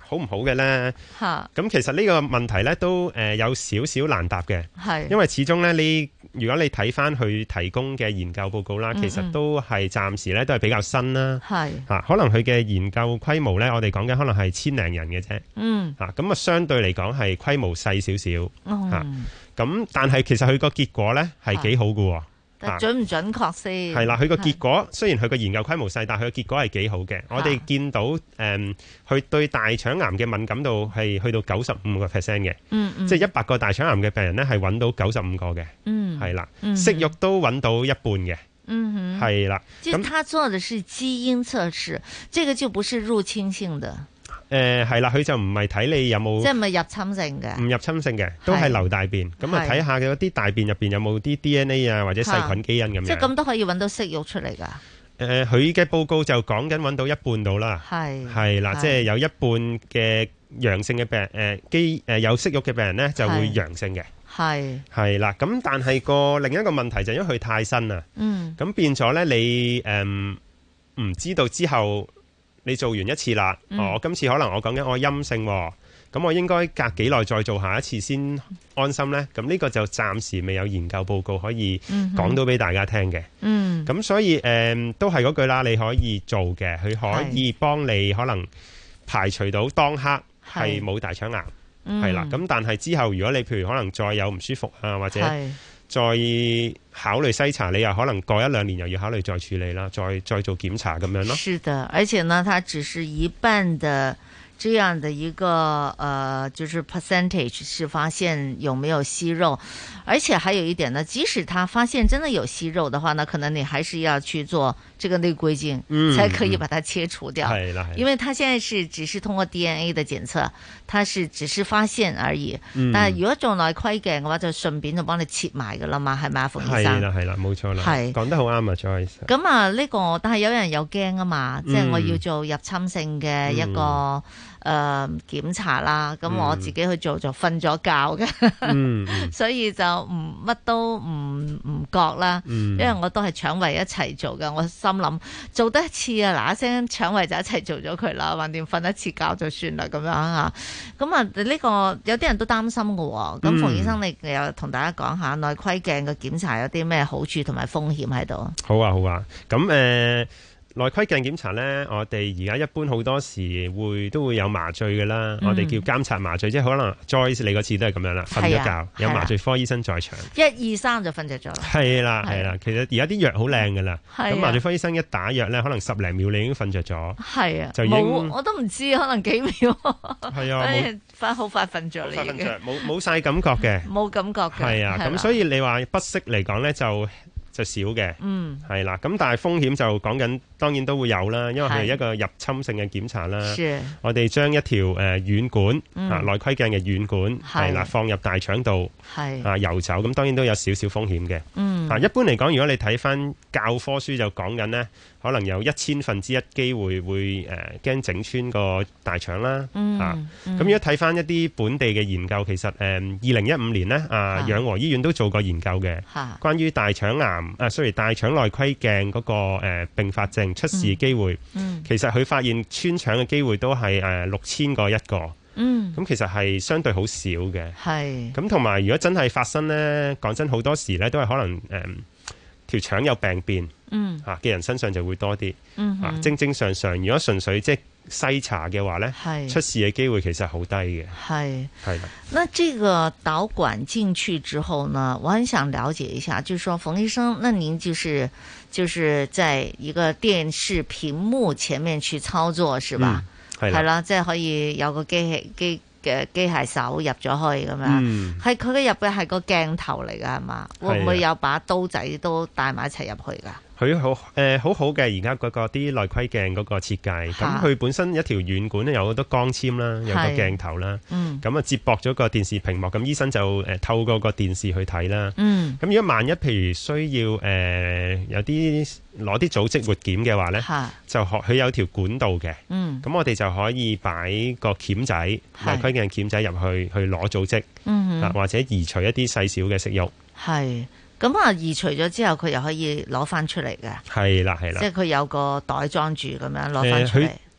好唔好嘅咧？咁其實呢個問題咧都有少少難答嘅，因為始終咧如果你睇翻佢提供嘅研究報告啦，其實都係暫時咧都係比較新啦，可能佢嘅研究規模咧，我哋講緊可能係1000零人嘅啫，咁相對嚟講係規模細少少，咁但係其實佢個結果咧係幾好㗎喎。 準唔準確先？ 係啦，佢個結果雖然佢個研究規模細，但係佢個結果係幾好嘅。我哋見到佢對大腸癌嘅敏感度係去到95%嘅，即係100個大腸癌嘅病人咧係揾到95個嘅，係啦，息肉都揾到一半嘅，係啦。 就他做的是基因測試，這個就不是入侵性的。 係啦，佢就唔係睇你有冇， 即係唔係入侵性嘅， 唔入侵性嘅，都係流大便。咁啊睇下嗰啲大便入邊有冇啲 DNA 啊或者細菌基因咁樣。 即係咁都可以揾到息肉出嚟㗎。 佢嘅報告就講緊揾到一半到啦。係啦，即係有一半嘅陽性嘅病有息肉嘅病人咧就會陽性嘅。係啦，咁但係另一個問題就係因為佢太新啦。咁變咗咧你唔知道之後。你做完一次啦，我今次可能我講緊我陰性，咁我應該隔幾耐再做下一次先安心呢？咁呢個就暫時未有研究報告可以講到俾大家聽嘅。咁所以都係嗰句啦，你可以做嘅，佢可以幫你可能排除到當刻係冇大腸癌，係啦。咁但係之後如果你譬如可能再有唔舒服啊，或者再考慮篩查，你又可能過1-2年又要考慮再處理啦，再做檢查咁樣咯。 是的，而且呢，它只是一半的這樣的一個就是 percentage 是發現有沒有息肉，而且還有一點呢，即使他發現真的有息肉的話呢，可能你還是要去做這個內窺鏡，才可以把它切除掉。因為它現在只是通過 DNA 的檢測，它是只是發現而已。但係如果做內窺鏡嘅話，就順便就幫你切埋噶啦嘛，係咪啊，馮醫生？ 係啦，冇錯啦，講得好啱啊 Joyce。 咁啊，呢個但係有人有驚啊嘛，即係我要做入侵性嘅一個檢查啦，咁我自己去做就瞓咗覺嘅，所以就乜都唔覺啦，因為我都係腸胃一齊做嘅，我心諗做得一次啊，嗱一聲腸胃就一齊做咗佢啦，橫掂瞓一次覺就算啦咁樣吓。咁啊呢個有啲人都擔心嘅，咁馮醫生你又同大家講下內窺鏡嘅檢查有啲咩好處同埋風險喺度？ 好啊，咁內窺鏡檢查呢，我哋而家一般好多時都會有麻醉嘅啦，我哋叫監察麻醉，即係可能 Joyce 你嗰次都係咁樣啦，瞓咗覺，有麻醉科醫生在場 ，1、2、3就瞓着咗啦。係啦，其實而家啲藥好靚噶啦，咁麻醉科醫生一打藥呢，可能10零秒你已經瞓着咗。係啊， 冇我都唔知，可能幾秒。 係啊， 好快瞓着你嘅， 冇晒感覺嘅， 冇感覺嘅。 係啊，咁所以你話不適嚟講呢就少嘅，係啦，咁但係風險就講緊，當然都會有啦，因為佢係一個入侵性嘅檢查啦。我哋將一條軟管內窺鏡嘅軟管係啦放入大腸度，游走，咁當然都有少少風險嘅。一般嚟講，如果你睇翻教科書就講緊呢，可能有1/1000機會會驚整穿個大腸啦。咁如果睇翻一啲本地嘅研究，其實2015年呢，養和醫院都做過研究嘅，關於大腸癌。大腸內窺鏡嗰個併發症出事機會，其實佢發現穿腸嘅機會都係6000個一個，咁其實係相對好少嘅。咁同埋如果真係發生呢，講真好多時呢都係可能條腸有病變嘅人身上就會多啲。正常如果純粹即係篩查嘅話呢，出事嘅機會其實好低嘅。係啦。 那這個導管進去之後呢，我很想了解一下，就是說馮醫生，那您就是在一個電視屏幕前面去操作，是吧？係啦，即係可以有個機械手入咗去咁樣，係佢嘅入嘅係個鏡頭嚟噶係嘛？會唔會有把刀仔都帶埋一齊入去噶？ 佢好好嘅，而家嗰個啲內窺鏡嗰個設計，咁佢本身一條軟管咧有好多光纖啦，有個鏡頭啦，咁啊接駁咗個電視屏幕，咁醫生就透過個電視去睇啦。咁如果萬一譬如需要有啲攞啲組織活檢嘅話咧，就佢有條管道嘅，咁我哋就可以擺個鉗仔，內窺鏡鉗仔入去攞組織，或者移除一啲細小嘅息肉。 咁啊，移除咗之後，佢又可以攞翻出嚟嘅。係啦， 即係佢有個袋裝住咁樣攞翻出嚟。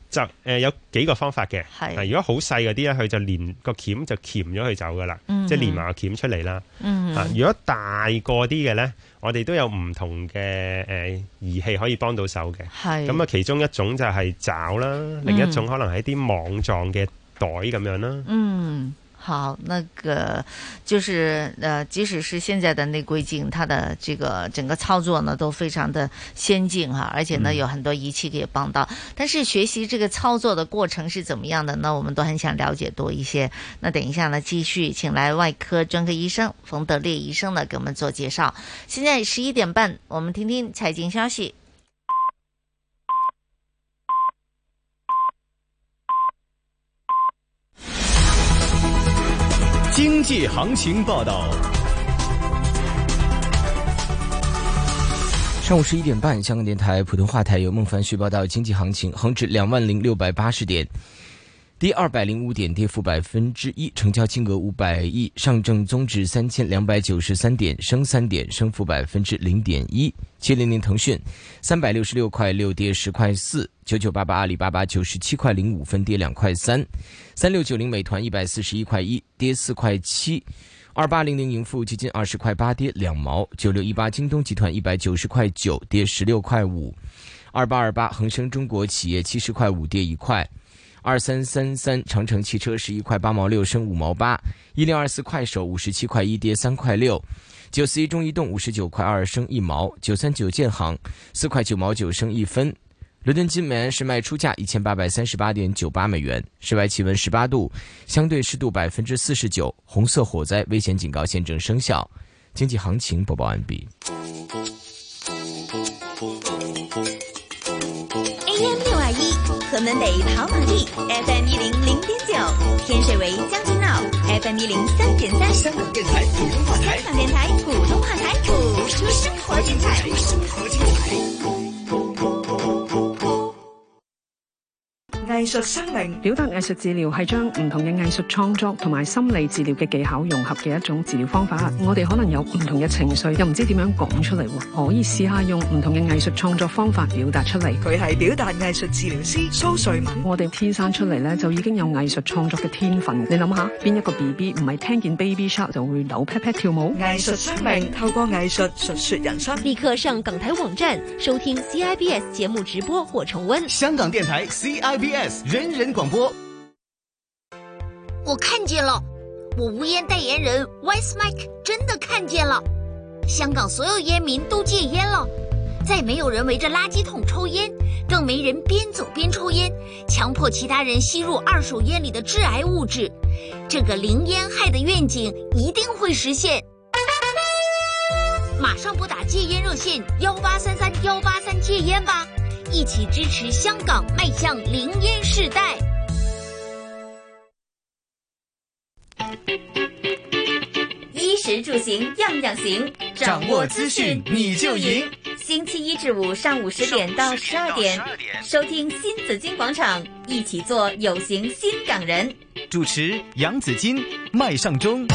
就有幾個方法嘅。 係如果好細嗰啲咧，佢就連個鉗就鉗咗佢走噶啦，即係連埋個鉗出嚟啦。如果大個啲嘅咧，我哋都有唔同嘅儀器可以幫到手嘅。咁啊，其中一種就係爪啦，另一種可能係一啲網狀嘅袋咁樣啦。 好，那個就是即使是現在的內窺鏡，它的這個整個操作呢都非常的先進哈，而且呢有很多儀器可以幫到。但是學習這個操作的過程是怎麼樣的呢？我們都很想了解多一些。那等一下呢，繼續請來外科專科醫生馮德烈醫生呢給我們做介紹。現在11點半，我們聽聽財經消息。 經濟行情報道。 上午11點半，香港電台普通話台由孟凡旭報道經濟行情。恒指20,680點，跌205點，跌幅1%，成交金額500億。上證綜指3293點，升3點，升幅0.1%。700騰訊366塊6，跌10塊4。9988阿里巴巴97塊05分，跌2塊3。3690美團141塊1，跌4塊7。2800盈富基金20塊8，跌2毛。9618京東集團190塊9，跌16塊5。2828恒生中國企業70塊5，跌1塊。2333長城汽車11塊8毛6，升5毛8。1024快手57塊1，跌3塊6。941中移動59塊2，升1毛。939建行4塊9毛9，升1分。倫敦金每安士賣出價1838.98美元。室外氣溫18度，相對濕度49%，紅色火災危險警告現正生效。經濟行情播報完畢。 AM621河門北跑馬地 FM100.9，天水圍將軍澳 FM103.3， 香港電台普通話台， 香港電台普通話台，播出生活精彩。 藝術生命表達藝術治療係將唔同嘅藝術創作同埋心理治療嘅技巧融合嘅一種治療方法。我哋可能有唔同嘅情緒，又唔知點樣講出嚟，可以試下用唔同嘅藝術創作方法表達出嚟。佢係表達藝術治療師蘇瑞文。我哋天生出嚟呢，就已經有藝術創作嘅天分。你諗下，邊一個 BB 唔係聽見 Baby Shark 就會扭 pat pat 跳舞？藝術生命透過藝術述說人生。 立刻上港台網站收聽 CIBS 節目直播或重溫。 香港電台 CIBS。人人廣播， 我看見了，我無煙代言人 Wise Mike 真的看見了，香港所有煙民都戒煙了，再沒有人圍着垃圾桶抽煙，更沒人邊走邊抽煙，強迫其他人吸入二手煙裏的致癌物質，這個零煙害的願景一定會實現。馬上撥打戒煙熱線18331833戒煙吧。一起支持香港邁向零煙世代。 衣食住行樣樣行， 掌握資訊你就贏。 星期一至五上午10點到12點，收聽新紫荊廣場，一起做有型新港人。 主持楊紫荊、麥尚中。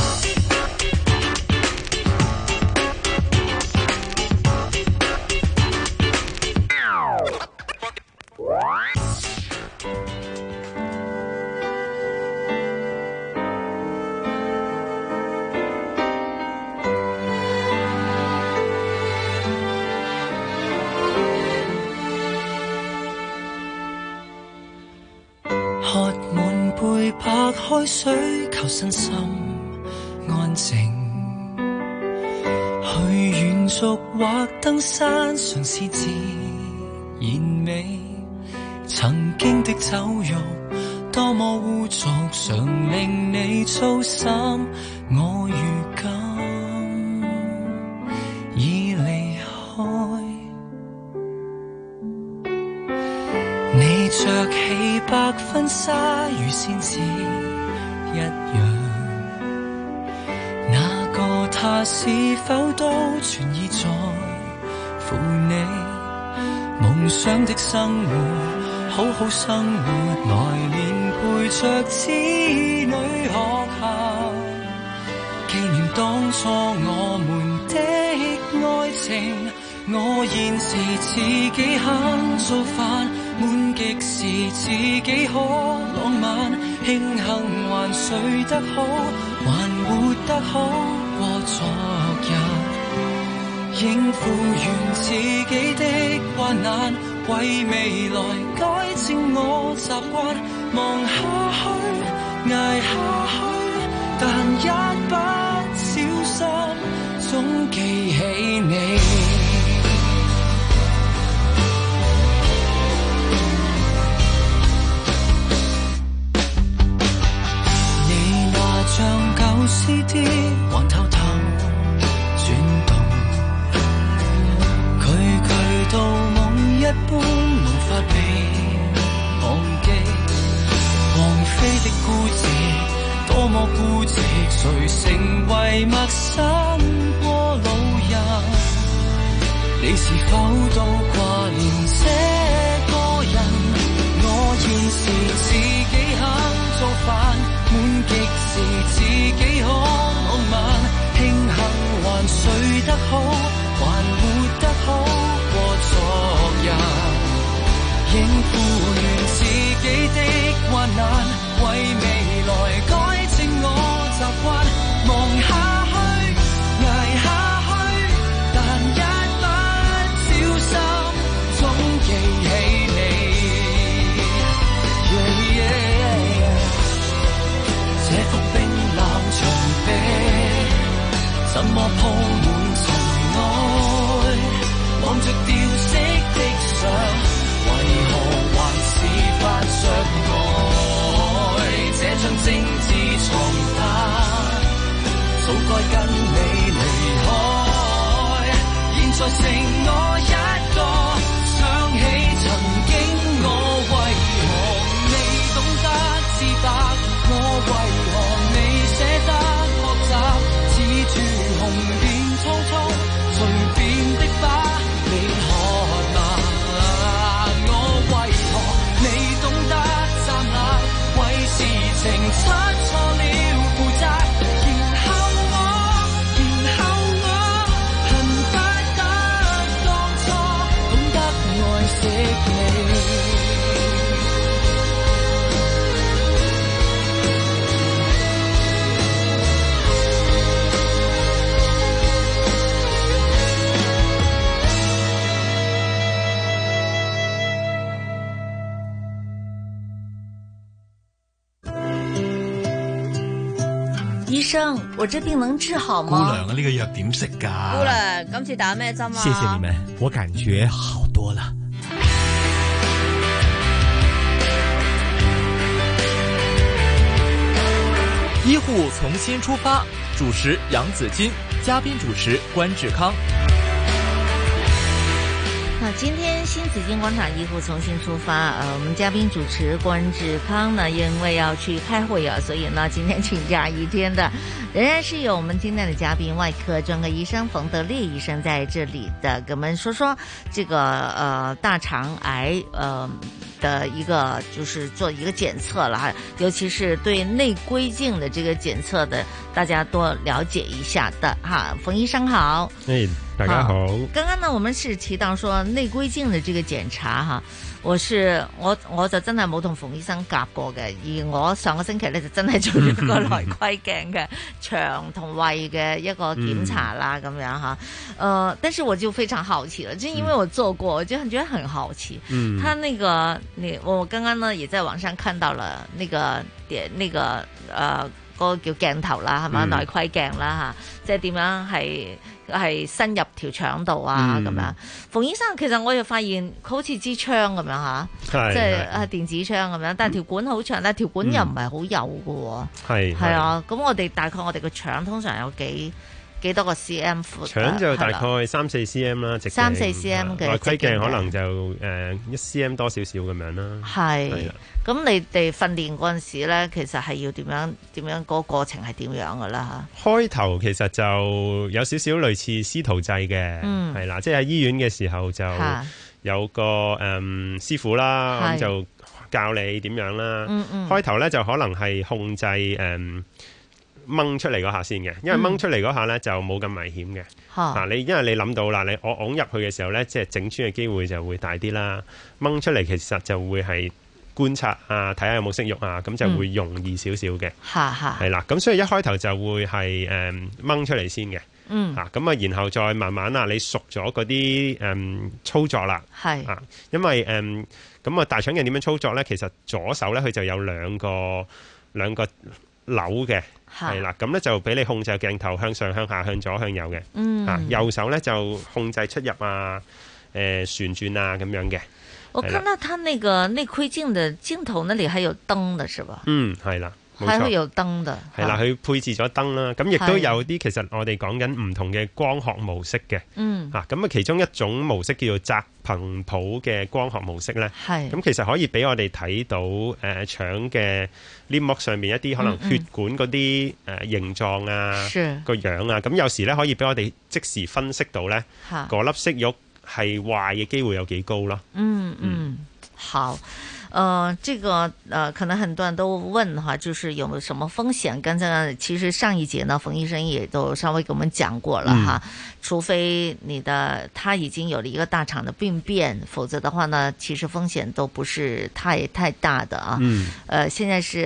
喝滿杯白開水，求身心安靜。去遠足或登山，嘗試自然美。曾經的酒肉多麼污濁，常令你操心。我如今已離開，你着起白婚紗與仙子一樣，那個他是否都全意在乎你？夢想的生活，好好生活，來年陪着子女學校，紀念當初我們的愛情。我現時自己肯做飯， 滿極時自己可浪漫，慶幸還睡得好，還活得好過昨日，應付完自己的患難，為未來改正我習慣，望下去捱下去，但一不小心總記起你。像舊 CD 還偷偷轉動，句到夢一般無法被忘記，王菲的孤寂多麼孤寂，誰成為陌生過路人，你是否都掛念這個人？我現時自己肯做飯，滿極時自己可浪漫，慶幸還睡得好，還活得好過昨日，應付完自己的患難，為未來改正我習慣，望下去捱下去，但一不小心總記起你。這幅冰冷牆壁，怎麼鋪滿塵埃？望着掉色的相，為何還是發着呆？這張精緻床單，早該跟你離開，現在剩我一個，想起曾經我為何未懂得自白？我為何未捨得學習？似住紅遍蒼蒼隨便的花，你渴嗎？我為何未懂得站立？為事情出錯了負責，然後我恨不得當初懂得愛惜你。 醫生，我這病能治好嗎？ 姑娘啊，呢個藥點食㗎？ 姑娘，今次打咩針啊？ 謝謝你們，我感覺好多了。 醫護從新出發，主持楊子矜，嘉賓主持關志康。 今天新紫荊廣場醫護重新出發，我們嘉賓主持關志康呢，因為要去開會啊，所以呢今天請假一天的，仍然是有我們今天的嘉賓外科專科醫生馮德烈醫生在這裡的，跟我們說說這個大腸癌的一個就是做一個檢測了哈，尤其是對內窺鏡的這個檢測的，大家多了解一下的哈。馮醫生好。 大家好。 剛剛呢，我們是提到說內窺鏡的這個檢查哈，我就真係冇同馮醫生夾過嘅，而我上個星期咧就真係做咗個內窺鏡嘅腸同胃嘅一個檢查啦，咁樣哈。但是我就非常好奇了，就因為我做過，我就覺得很好奇。他那個我剛剛呢也在網上看到了那個嗰個叫鏡頭啦，係嘛，內窺鏡啦吓，即係點樣係伸入條腸度啊咁樣。馮醫生，其實我又發現佢好似支槍咁樣吓，即係電子槍咁樣，但係條管好長，但係條管又唔係好幼㗎喎。係啊，咁我哋大概我哋個腸通常有幾多個 cm 闊？腸就大概3-4 cm 啦，直徑 3-4 cm 嘅。 內窺鏡可能就1 cm 多少少咁樣啦。 係。咁你哋訓練嗰陣時咧，其實係要點樣嗰個過程係點樣噶啦嚇？ 開頭其實就有少少類似師徒制嘅，係啦，即係喺醫院嘅時候就有個師傅啦，咁就教你點樣啦。開頭咧就可能係控制掹出嚟嗰下先嘅，因為掹出嚟嗰下咧就冇咁危險嘅。因為你諗到啦，我拱入去嘅時候咧，即係整穿嘅機會就會大啲啦。掹出嚟其實就會係觀察啊，睇下有冇息肉啊，咁就會容易少少嘅。係啦，咁所以一開頭就會係掹出嚟先嘅。咁啊，然後再慢慢你熟咗嗰啲操作啦。因為咁啊，大腸鏡點樣操作咧？其實左手咧佢就有兩個扭嘅，係啦，咁咧就俾你控制鏡頭向上、向下、向左、向右嘅。右手咧就控制出入啊、旋轉啊咁樣嘅。 我看到他那個內窺鏡的鏡頭那裡還有燈的是吧？ 係啦。 還會有燈的， 係啦，佢配置咗燈啦，咁亦都有啲其實我哋講緊唔同嘅光學模式嘅，咁啊其中一種模式叫做窄頻譜嘅光學模式咧，咁其實可以俾我哋睇到腸嘅黏膜上面一啲可能血管嗰啲形狀啊個樣啊，咁有時咧可以俾我哋即時分析到咧嗰粒息肉係壞嘅機會有幾高咯。 好。這個可能很多人都問哈，就是有沒有什麼風險？剛才其實上一節呢，馮醫生也都稍微給我們講過了哈。除非他已經有了一個大腸的病變，否則的話呢，其實風險都不是太大的啊。現在是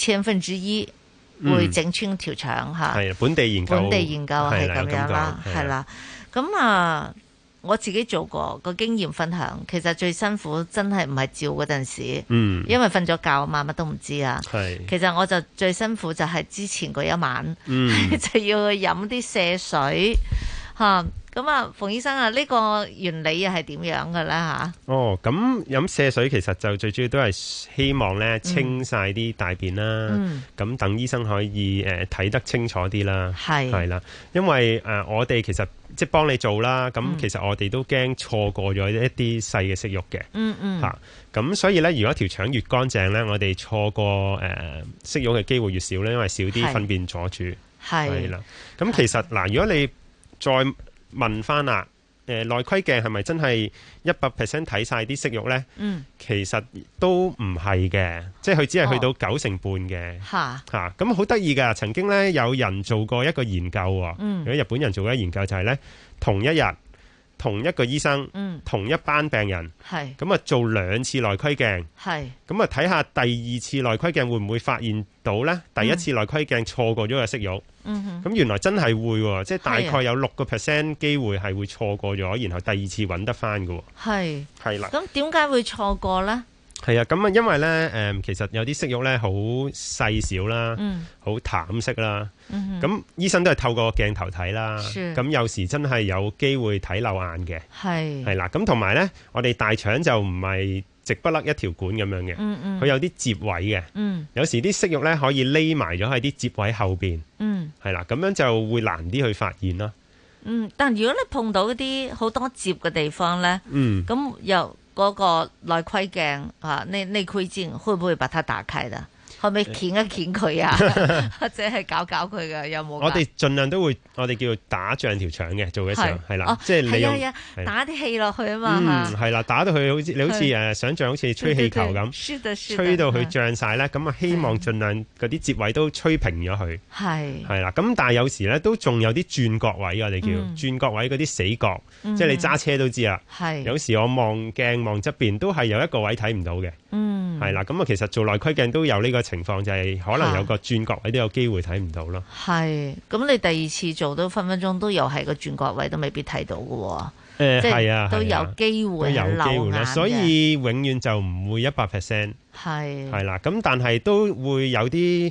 1/6000會整穿條腸哈。係本地研究係咁樣啦，係啦。咁啊。我自己做過個經驗分享，其實最辛苦真係唔係照嗰陣時，因為瞓咗覺啊嘛，乜都唔知啊。其實我就最辛苦就係之前嗰一晚，就要去飲啲瀉水嚇。咁啊，馮醫生啊，呢個原理又係點樣嘅咧嚇？ 咁飲瀉水其實就最主要都係希望咧清晒啲大便啦，咁等醫生可以睇得清楚啲啦。係啦，因為我哋其實即係幫你做啦，咁其實我哋都驚錯過咗一啲細嘅息肉嘅。咁所以咧，如果條腸越乾淨咧，我哋錯過息肉嘅機會越少咧，因為少啲糞便阻住。係啦，咁其實嗱，如果你再問翻啦，內窺鏡係咪真係100% 睇晒啲息肉呢？其實都唔係嘅，即係佢只係去到90%嘅。咁好得意㗎，曾經呢，有人做過一個研究喎，有日本人做過一個研究就係呢，同一日同一個醫生，同一班病人，咁啊做2次內窺鏡，咁啊睇下第2次內窺鏡會唔會發現到呢？第1次內窺鏡錯過咗個息肉。咁原來真係會喎，即係大概有6% 機會係會錯過咗，然後第2次揾得翻嘅喎。係啦。咁點解會錯過呢？ 係啊，咁啊，因為咧其實有啲息肉咧好細小啦，好淡色啦。咁醫生都係透過鏡頭睇啦。咁有時真係有機會睇漏眼嘅。係啦，咁同埋咧，我哋大腸就唔係直不甩一條管咁樣嘅，佢有啲接位嘅。有時啲息肉咧可以匿埋咗喺啲接位後邊。係啦，咁樣就會難啲去發現啦。 但如果你碰到一啲好多接嘅地方咧，咁又嗰個內窺鏡啊，內窺鏡會唔會把它打開的？可唔可以鉗一鉗佢啊？或者係搞佢嘅？有冇？ 我哋盡量都會，我哋叫做打脹條腸嘅，做嘅時候係啦，即係你用打啲氣落去啊嘛。 係啦，打到佢好似你好似想像好似吹氣球咁，吹到佢脹晒咧，咁啊希望盡量嗰啲接位都吹平咗佢。係啦，咁但係有時咧都仲有啲轉角位，我哋叫轉角位嗰啲死角，即係你揸車都知啦。有時我望鏡望側邊都係有一個位睇唔到嘅。係啦，咁啊其實做內窺鏡都有呢個情況，就係可能有個轉角位都有機會睇唔到咯。 係，咁你第2次做都分分鐘都有係個轉角位都未必睇到嘅。 係啊， 都有機會漏眼嘅， 所以永遠就唔會100%。係啦，咁但係都會有啲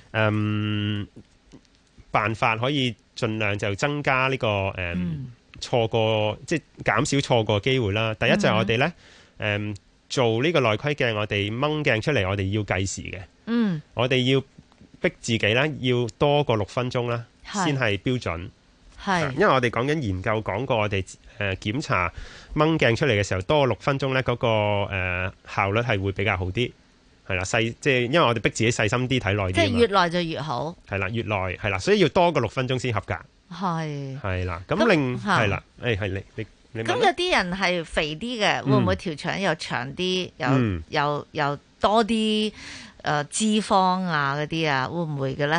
辦法可以盡量就增加呢個錯過，即係減少錯過機會啦。第一就係我哋咧做呢個內窺鏡，我哋掹鏡出嚟，我哋要計時嘅。我哋要逼自己咧，要多過6分鐘啦，先係標準。因為我哋講緊研究講過，我哋檢查掹鏡出嚟嘅時候，多過6分鐘咧，嗰個效率係會比較好啲。係啦，即係因為我哋逼自己細心啲睇耐啲。即係越耐就越好。 係啦，越耐係啦，所以要多過6分鐘先合格。係啦，咁係啦，係你。咁有啲人係肥啲嘅，會唔會條腸又長啲，又多啲脂肪啊嗰啲啊，會唔會嘅咧？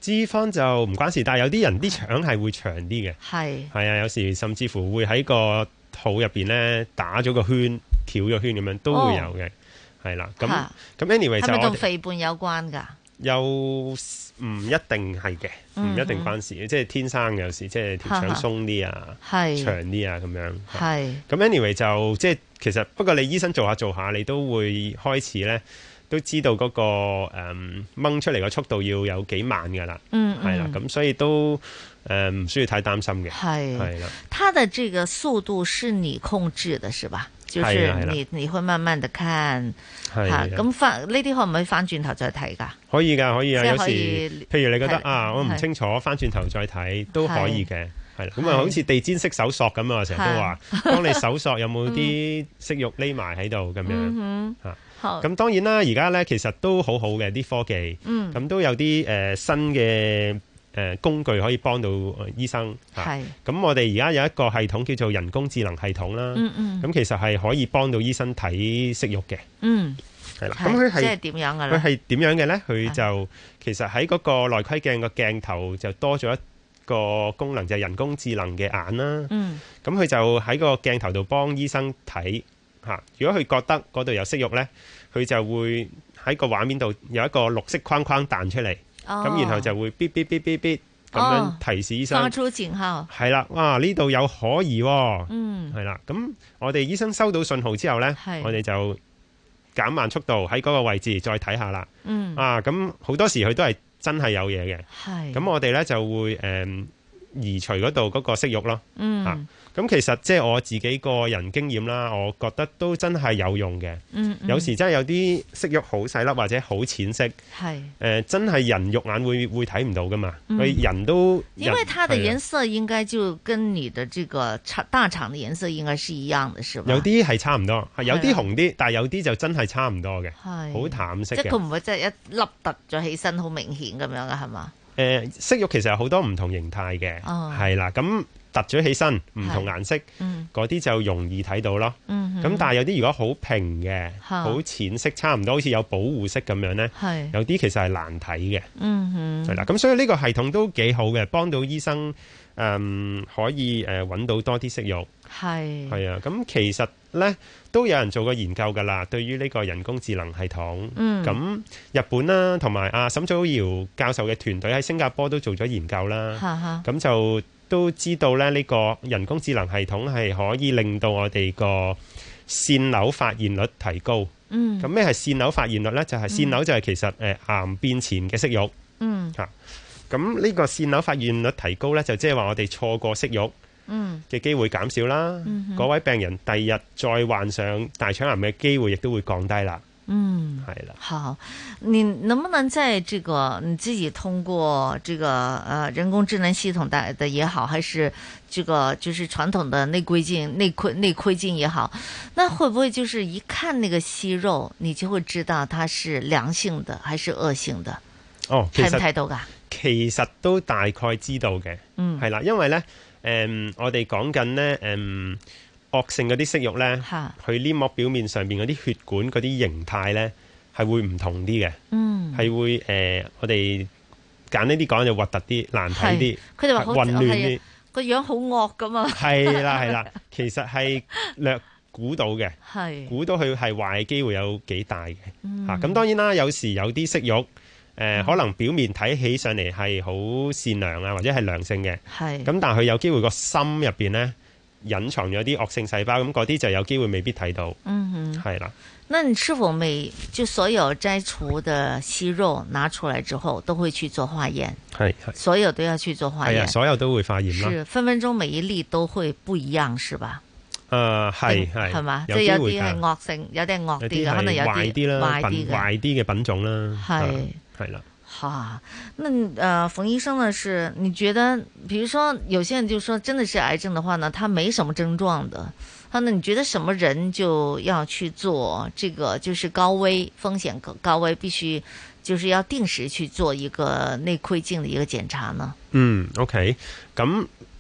脂肪就唔關事，但係有啲人啲腸係會長啲嘅。係啊，有時甚至乎會喺個肚入邊咧打咗個圈、翹咗圈咁樣都會有嘅。係啦，咁 anyway 就係咪同肥胖有關㗎？ 又唔一定係嘅，唔一定關事嘅，即係天生有時即係條腸鬆啲啊，長啲啊咁樣。係咁 anyway 就即係其實不過你醫生做下，你都會開始咧都知道嗰個掹出嚟嘅速度要有幾慢㗎啦。係啦，咁所以都唔需要太擔心嘅。係啦， 它的這個速度是你控制的，是吧？就是你會慢慢地看，咁翻呢啲可唔可以翻轉頭再睇㗎？ 可以㗎，可以啊。有時譬如你覺得我唔清楚，翻轉頭再睇都可以嘅。係啦，咁啊好似地氈式搜索咁啊，成日都話幫你搜索有冇啲息肉匿埋喺度咁樣嚇。咁當然啦，而家咧其實都好好嘅啲科技，咁都有啲新嘅工具可以幫到醫生。咁我哋而家有一個系統叫做人工智能系統啦。咁其實係可以幫到醫生睇息肉嘅。係啦。咁佢係即係點樣㗎咧？佢係點樣嘅咧？佢就其實喺嗰個內窺鏡個鏡頭就多咗一個功能，就係人工智能嘅眼啦。咁佢就喺個鏡頭度幫醫生睇嚇。如果佢覺得嗰度有息肉咧，佢就會喺個畫面度有一個綠色框框彈出嚟。咁然後就會嗶嗶嗶嗶嗶咁樣提示醫生， 發出警號。係啦，哇！呢度有可疑喎。係啦。咁我哋醫生收到信號之後呢，我哋就減慢速度喺嗰個位置再睇下啦。咁好多時佢都係真係有嘢嘅。咁我哋呢就會移除嗰度嗰個息肉咯。咁其實即係我自己個人經驗啦，我覺得都真係有用嘅。有時真係有啲息肉好細粒或者好淺色，真係人肉眼會睇唔到噶嘛。人都因為它的顏色應該就跟你的這個大腸的顏色應該是一樣的，是吧？ 有啲係差唔多，有啲紅啲，但係有啲就真係差唔多嘅，好淡色嘅。 即係佢唔會即係一粒突咗起身，好明顯咁樣嘅係嘛？ 息肉其實有好多唔同形態嘅，係啦，咁。突咗起身，唔同顏色，嗰啲就容易睇到咯。咁但係有啲如果好平嘅，好淺色，差唔多好似有保護色咁樣呢，有啲其實係難睇嘅。係啦，咁所以呢個系統都幾好嘅，幫到醫生可以揾到多啲息肉。係啊，咁其實呢都有人做過研究㗎啦，對於呢個人工智能系統。咁日本啦，同埋沈祖堯教授嘅團隊喺新加坡都做咗研究啦。咁就都知道咧，呢個人工智能系統係可以令到我哋個腺瘤發現率提高。咁咩係腺瘤發現率呢？就係腺瘤就係其實癌變前嘅息肉。咁呢個腺瘤發現率提高呢，就即係話我哋錯過息肉嘅機會減少啦。嗰位病人第二日再患上大腸癌嘅機會亦都會降低啦。係啦。 好，你能不能在這個你自己通過這個人工智能系統的也好，還是這個就是傳統的內窺鏡也好，那會不會就是一看那個息肉，你就會知道它是良性的還是惡性的？睇唔睇到㗎？ 其實都大概知道嘅。係啦，因為呢，我哋講緊呢。惡性嗰啲息肉呢，佢黏膜表面上邊嗰啲血管嗰啲形態呢，係會唔同啲嘅。係會我哋簡單啲講就核突啲、難睇啲， 佢哋話混亂啲， 個樣好惡咁啊。係啦，其實係略估到嘅，估到佢係壞嘅機會有幾大嘅。咁當然啦，有時有啲息肉可能表面睇起上嚟係好善良啊，或者係良性嘅。咁但係佢有機會個心入邊呢，隱藏咗啲惡性細胞，咁嗰啲就有機會未必睇到。係啦。 那你是否就所有摘除的息肉拿出來之後，都會去做化驗？係，所有都要去做化驗。係啊， 所有都會化驗啦。 是分分鐘每一粒都會不一樣，是吧？ 係嘛？即係有啲係惡性，有啲係惡啲嘅，可能有啲壞啲啦，壞啲嘅品種啦。係啦。 那馮醫生呢？是你覺得，比如說有些人就說真的是癌症的話呢，他沒什麼症狀的，那你覺得什麼人就要去做這個，就是高危風險高危，必須就是要定時去做一個內窺鏡的一個檢查呢？ OK，咁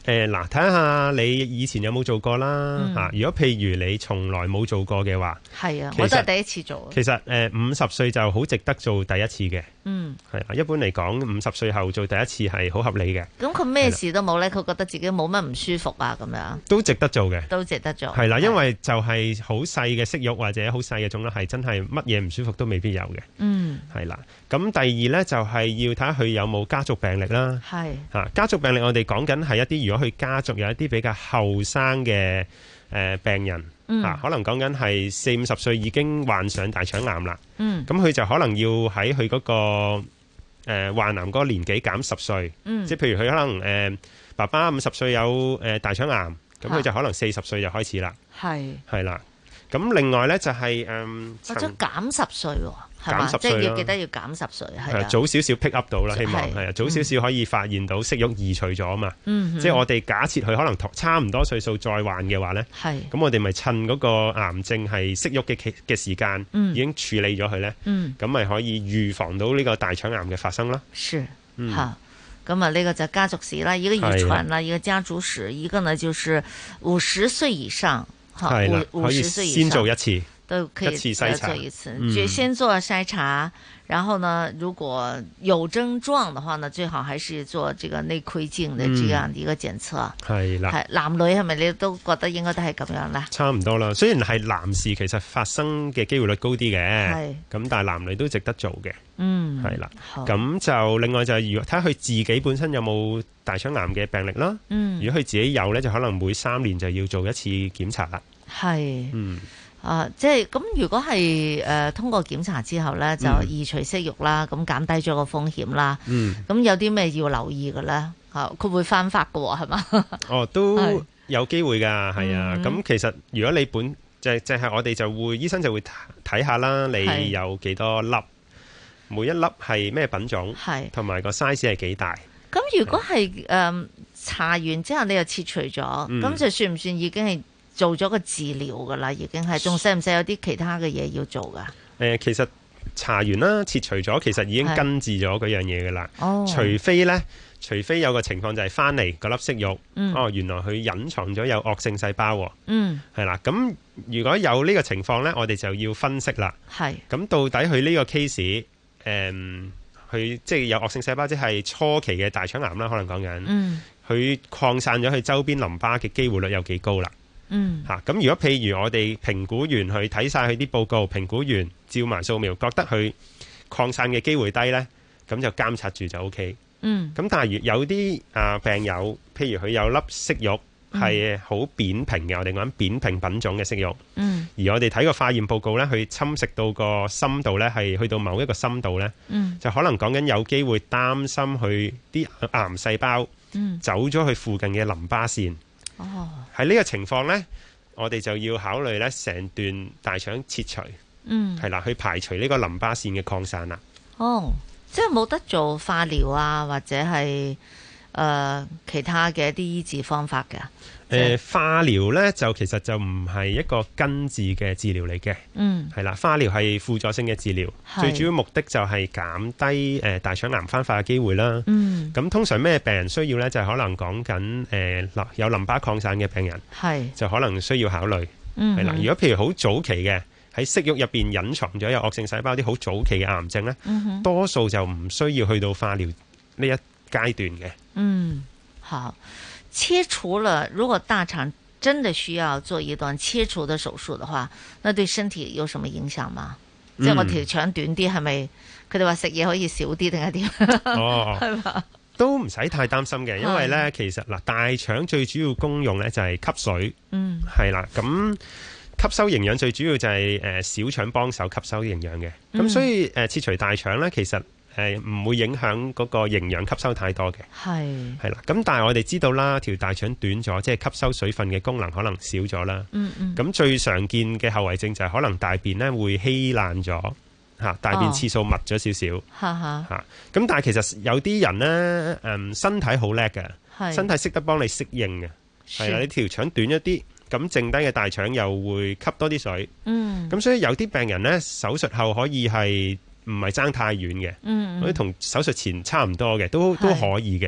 嗱，睇下你以前有冇做過啦嚇。如果譬如你從來冇做過嘅話， 係啊，我都係第一次做。 其實50歲就好值得做第一次嘅。係啊，一般嚟講50歲後做第一次係好合理嘅。 咁佢咩事都冇咧，佢覺得自己冇乜唔舒服啊咁樣。 都值得做嘅。 都值得做。 係啦，因為就係好細嘅息肉或者好細嘅腫瘤，係真係乜嘢唔舒服都未必有嘅。係啦。咁第二咧就係要睇下佢有冇家族病歷啦。係。家族病歷我哋講緊係一啲如果佢家族有一啲比較後生嘅病人。可能講緊係40-50歲已經患上大腸癌啦。咁佢就可能要喺佢嗰個患癌嗰個年紀減10歲。即係譬如佢可能爸爸50歲有大腸癌，咁佢就可能40歲就開始啦。係啦。咁另外咧就係或者減10歲喎。 減10歲， 即係要記得要減10歲，係啊， 早少少 pick up 到啦，希望係啊，早少少可以發現到息肉移除咗嘛。即係我哋假設佢可能差唔多歲數再患嘅話咧，咁我哋咪趁嗰個癌症係息肉嘅時間已經處理咗佢咧，咁咪可以預防到呢個大腸癌嘅發生啦。 是，好，咁啊呢個就家族史啦，一個遺傳啦，一個家族史，一個呢就是50歲以上， 係啦，可以先做一次。 都可以做一次，就先做篩查，然後呢，如果有症狀的話呢，最好還是做這個內窺鏡的這樣的一個檢測。係啦，係男女係咪你都覺得應該都係咁樣咧？差唔多啦，雖然係男士其實發生嘅機會率高啲嘅，係咁，但係男女都值得做嘅。係啦，咁就另外就係如果睇下佢自己本身有冇大腸癌嘅病歷啦。如果佢自己有咧，就可能每3年就要做一次檢查啦。係，即係咁，如果係通過檢查之後咧，就移除息肉啦，咁減低咗個風險啦。咁有啲咩要留意嘅咧？佢會翻發嘅喎，係嘛？都有機會㗎，係啊。咁其實如果你就係我哋就會醫生就會睇下啦，你有幾多粒，每一粒係咩品種，同埋個 size 係幾大。咁如果係查完之後你又切除咗，咁就算唔算已經係做咗個治療噶啦？已經係，仲使唔使有啲其他嘅嘢要做噶？其實查完啦，切除咗，其實已經根治咗嗰樣嘢噶啦。除非有個情況就係翻嚟嗰粒息肉，原來佢隱藏咗有惡性細胞。係啦。咁如果有呢個情況呢，我哋就要分析啦。咁到底佢呢個 case，佢即係有惡性細胞，即係初期嘅大腸癌啦，可能講緊，佢擴散咗去周邊淋巴嘅機會率有幾高啦。咁如果譬如我哋評估完去睇晒佢啲報告，評估完照埋掃描，覺得佢擴散嘅機會低呢，咁就監察住就 OK。咁但係有啲病友，譬如佢有粒息肉係好扁平嘅，我哋講扁平品種嘅息肉，而我哋睇個化驗報告呢，佢侵蝕到個深度呢，係去到某一個深度呢，就可能講緊有機會擔心佢啲癌細胞走咗去附近嘅淋巴腺。喺呢個情況呢，我哋就要考慮呢成段大腸切除，係啦，去排除呢個淋巴腺嘅擴散啦。即係冇得做化療啊，或者係其他嘅一啲醫治方法嘅。化療呢，就其實就唔係一個根治嘅治療嚟嘅。係啦，化療係輔助性嘅治療，最主要目的就係減低大腸癌翻發嘅機會啦。咁通常咩病人需要呢？就係可能講緊有淋巴擴散嘅病人，就可能需要考慮。係啦，如果譬如好早期嘅，喺息肉入邊隱藏咗有惡性細胞啲好早期嘅癌症呢，多數就唔需要去到化療呢一階段嘅。好。切除了，如果大腸真的需要做一段切除的手術的話，那對身體有什麼影響嗎？即係我條腸短啲，係咪佢哋話食嘢可以少啲定係點？係嘛？都唔使太擔心嘅，因為呢，其實嗱，大腸最主要功用呢就係吸水，係啦，咁吸收營養最主要就係小腸幫手吸收營養嘅，咁所以切除大腸呢，其實唔會影響嗰個營養吸收太多嘅，係啦。咁但係我哋知道啦，條大腸短咗，即係吸收水分嘅功能可能少咗啦。咁最常見嘅後遺症就係可能大便呢會稀爛咗，大便次數密咗少少。咁但係其實有啲人呢，身體好叻嘅，身體識得幫你適應嘅，係啦。你條腸短一啲，咁剩低嘅大腸又會吸多啲水。咁所以有啲病人呢，手術後可以係唔係爭太遠嘅，可以同手術前差唔多嘅，都可以嘅。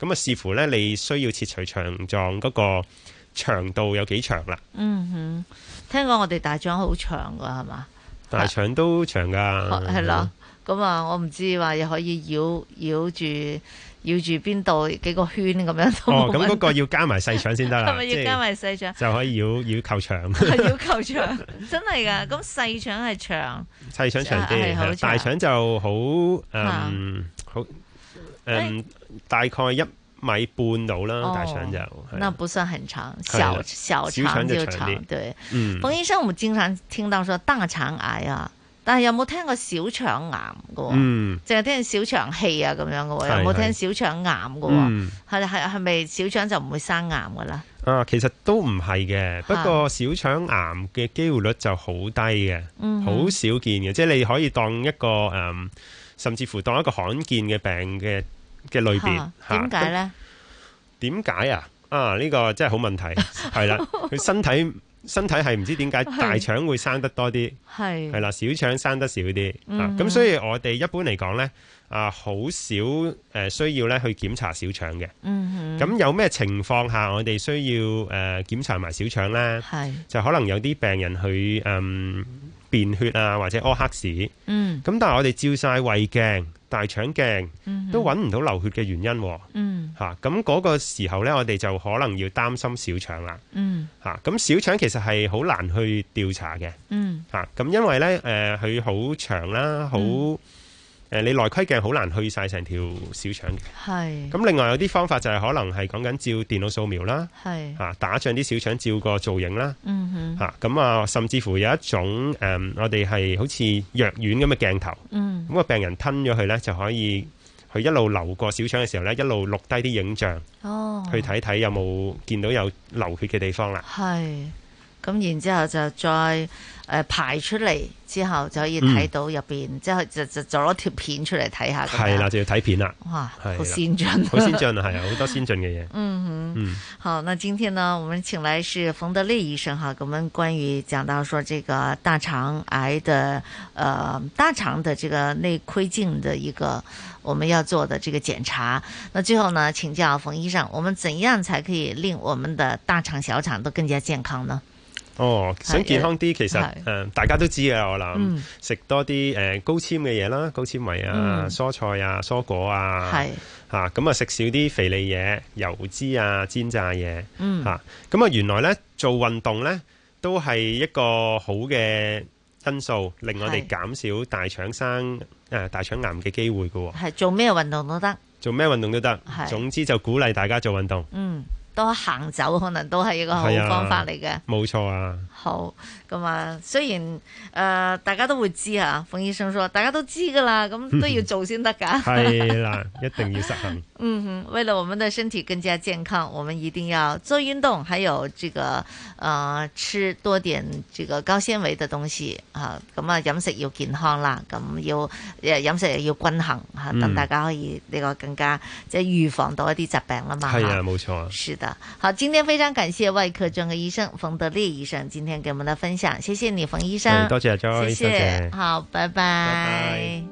咁啊視乎咧你需要切除腸臟嗰個長度有幾長啦。 聽講我哋大腸好長噶係嘛？ 大腸都長噶， 係咯。咁啊，我唔知話又可以繞住邊度幾個圈咁樣。 咁嗰個要加埋細腸先得啦。 係咪要加埋細腸？ 就可以繞球腸。 繞球腸，真係噶。咁細腸係長， 細腸長啲，大腸就好大概1.5米到啦，大腸就。 那不算很長，小腸就長。對，馮醫生，我們經常聽到說大腸癌啊。但係有冇聽過小腸癌嘅？淨係聽小腸氣啊咁樣嘅，有冇聽小腸癌嘅？係咪小腸就唔會生癌嘅啦？ 其實都唔係嘅，不過小腸癌嘅機會率就好低嘅，好少見嘅，即係你可以當一個甚至乎當一個罕見嘅病嘅類別。 點解咧？ 點解啊？呢個真係好問題，係啦，佢身體係唔知點解大腸會生得多啲，係啦，小腸生得少啲。咁所以我哋一般嚟講呢，好少需要咧去檢查小腸嘅。咁有咩情況下我哋需要檢查埋小腸呢？就可能有啲病人去便血啊，或者屙黑屎。咁但係我哋照晒胃鏡、大腸鏡都揾唔到流血嘅原因。咁嗰個時候呢，我哋就可能要擔心小腸啦。咁小腸其實係好難去調查嘅。咁因為呢，佢好長啦，好你內窺鏡好難去晒成條小腸嘅。咁另外有啲方法就係可能係講緊照電腦掃描啦，打脹啲小腸照個造影啦。咁甚至乎有一種我哋係好似藥丸咁嘅鏡頭。咁個病人吞咗佢呢，就可以佢一路流過小腸嘅時候呢，一路錄低啲影像，去睇睇有冇見到有流血嘅地方啦。 咁然之後就再排出嚟之後就可以睇到入邊，即係就攞條片出嚟睇下。 係啦，就要睇片啦。 哇，好先進， 好先進啊，係啊，好多先進嘅嘢。 好，那今天呢，我們請來是馮德烈醫生哈，跟我們關於講到說這個大腸癌的大腸的這個內窺鏡的一個我們要做的這個檢查。那最後呢，請教馮醫生，我們怎樣才可以令我們的大腸小腸都更加健康呢？ 想健康啲，其實大家都知嘅，我諗食多啲高纖嘅嘢啦，高纖維啊，蔬菜啊，蔬果啊，咁啊食少啲肥膩嘢、油脂啊、煎炸嘢，咁啊原來呢，做運動呢都係一個好嘅因素，令我哋減少大腸生大腸癌嘅機會嘅。 係做咩運動都得， 做咩運動都得，總之就鼓勵大家做運動。 多行走可能都係一個好方法嚟嘅。 冇錯啊。 好，咁啊，雖然大家都會知啊，馮醫生說大家都知噶啦，咁都要做先得噶。 係啦，一定要實行。 為了我們的身體更加健康，我們一定要做運動，還有這個吃多點這個高纖維的東西啊。咁啊，飲食要健康啦，咁要飲食又要均衡吓，等大家可以呢個更加即係預防到一啲疾病啦嘛。 係啊，冇錯。 是的，好，今天非常感謝外科專科醫生馮德烈醫生今天給我們的分享，謝謝你，馮醫生。 多謝阿 Joy， 謝謝。好，拜拜。 拜拜。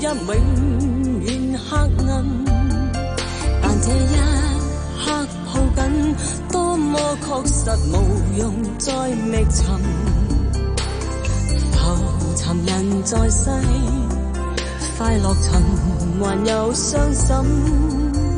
永遠黑暗，但這一刻抱緊，多麼確實無用再覓尋。浮沉人在世，快樂循環又傷心。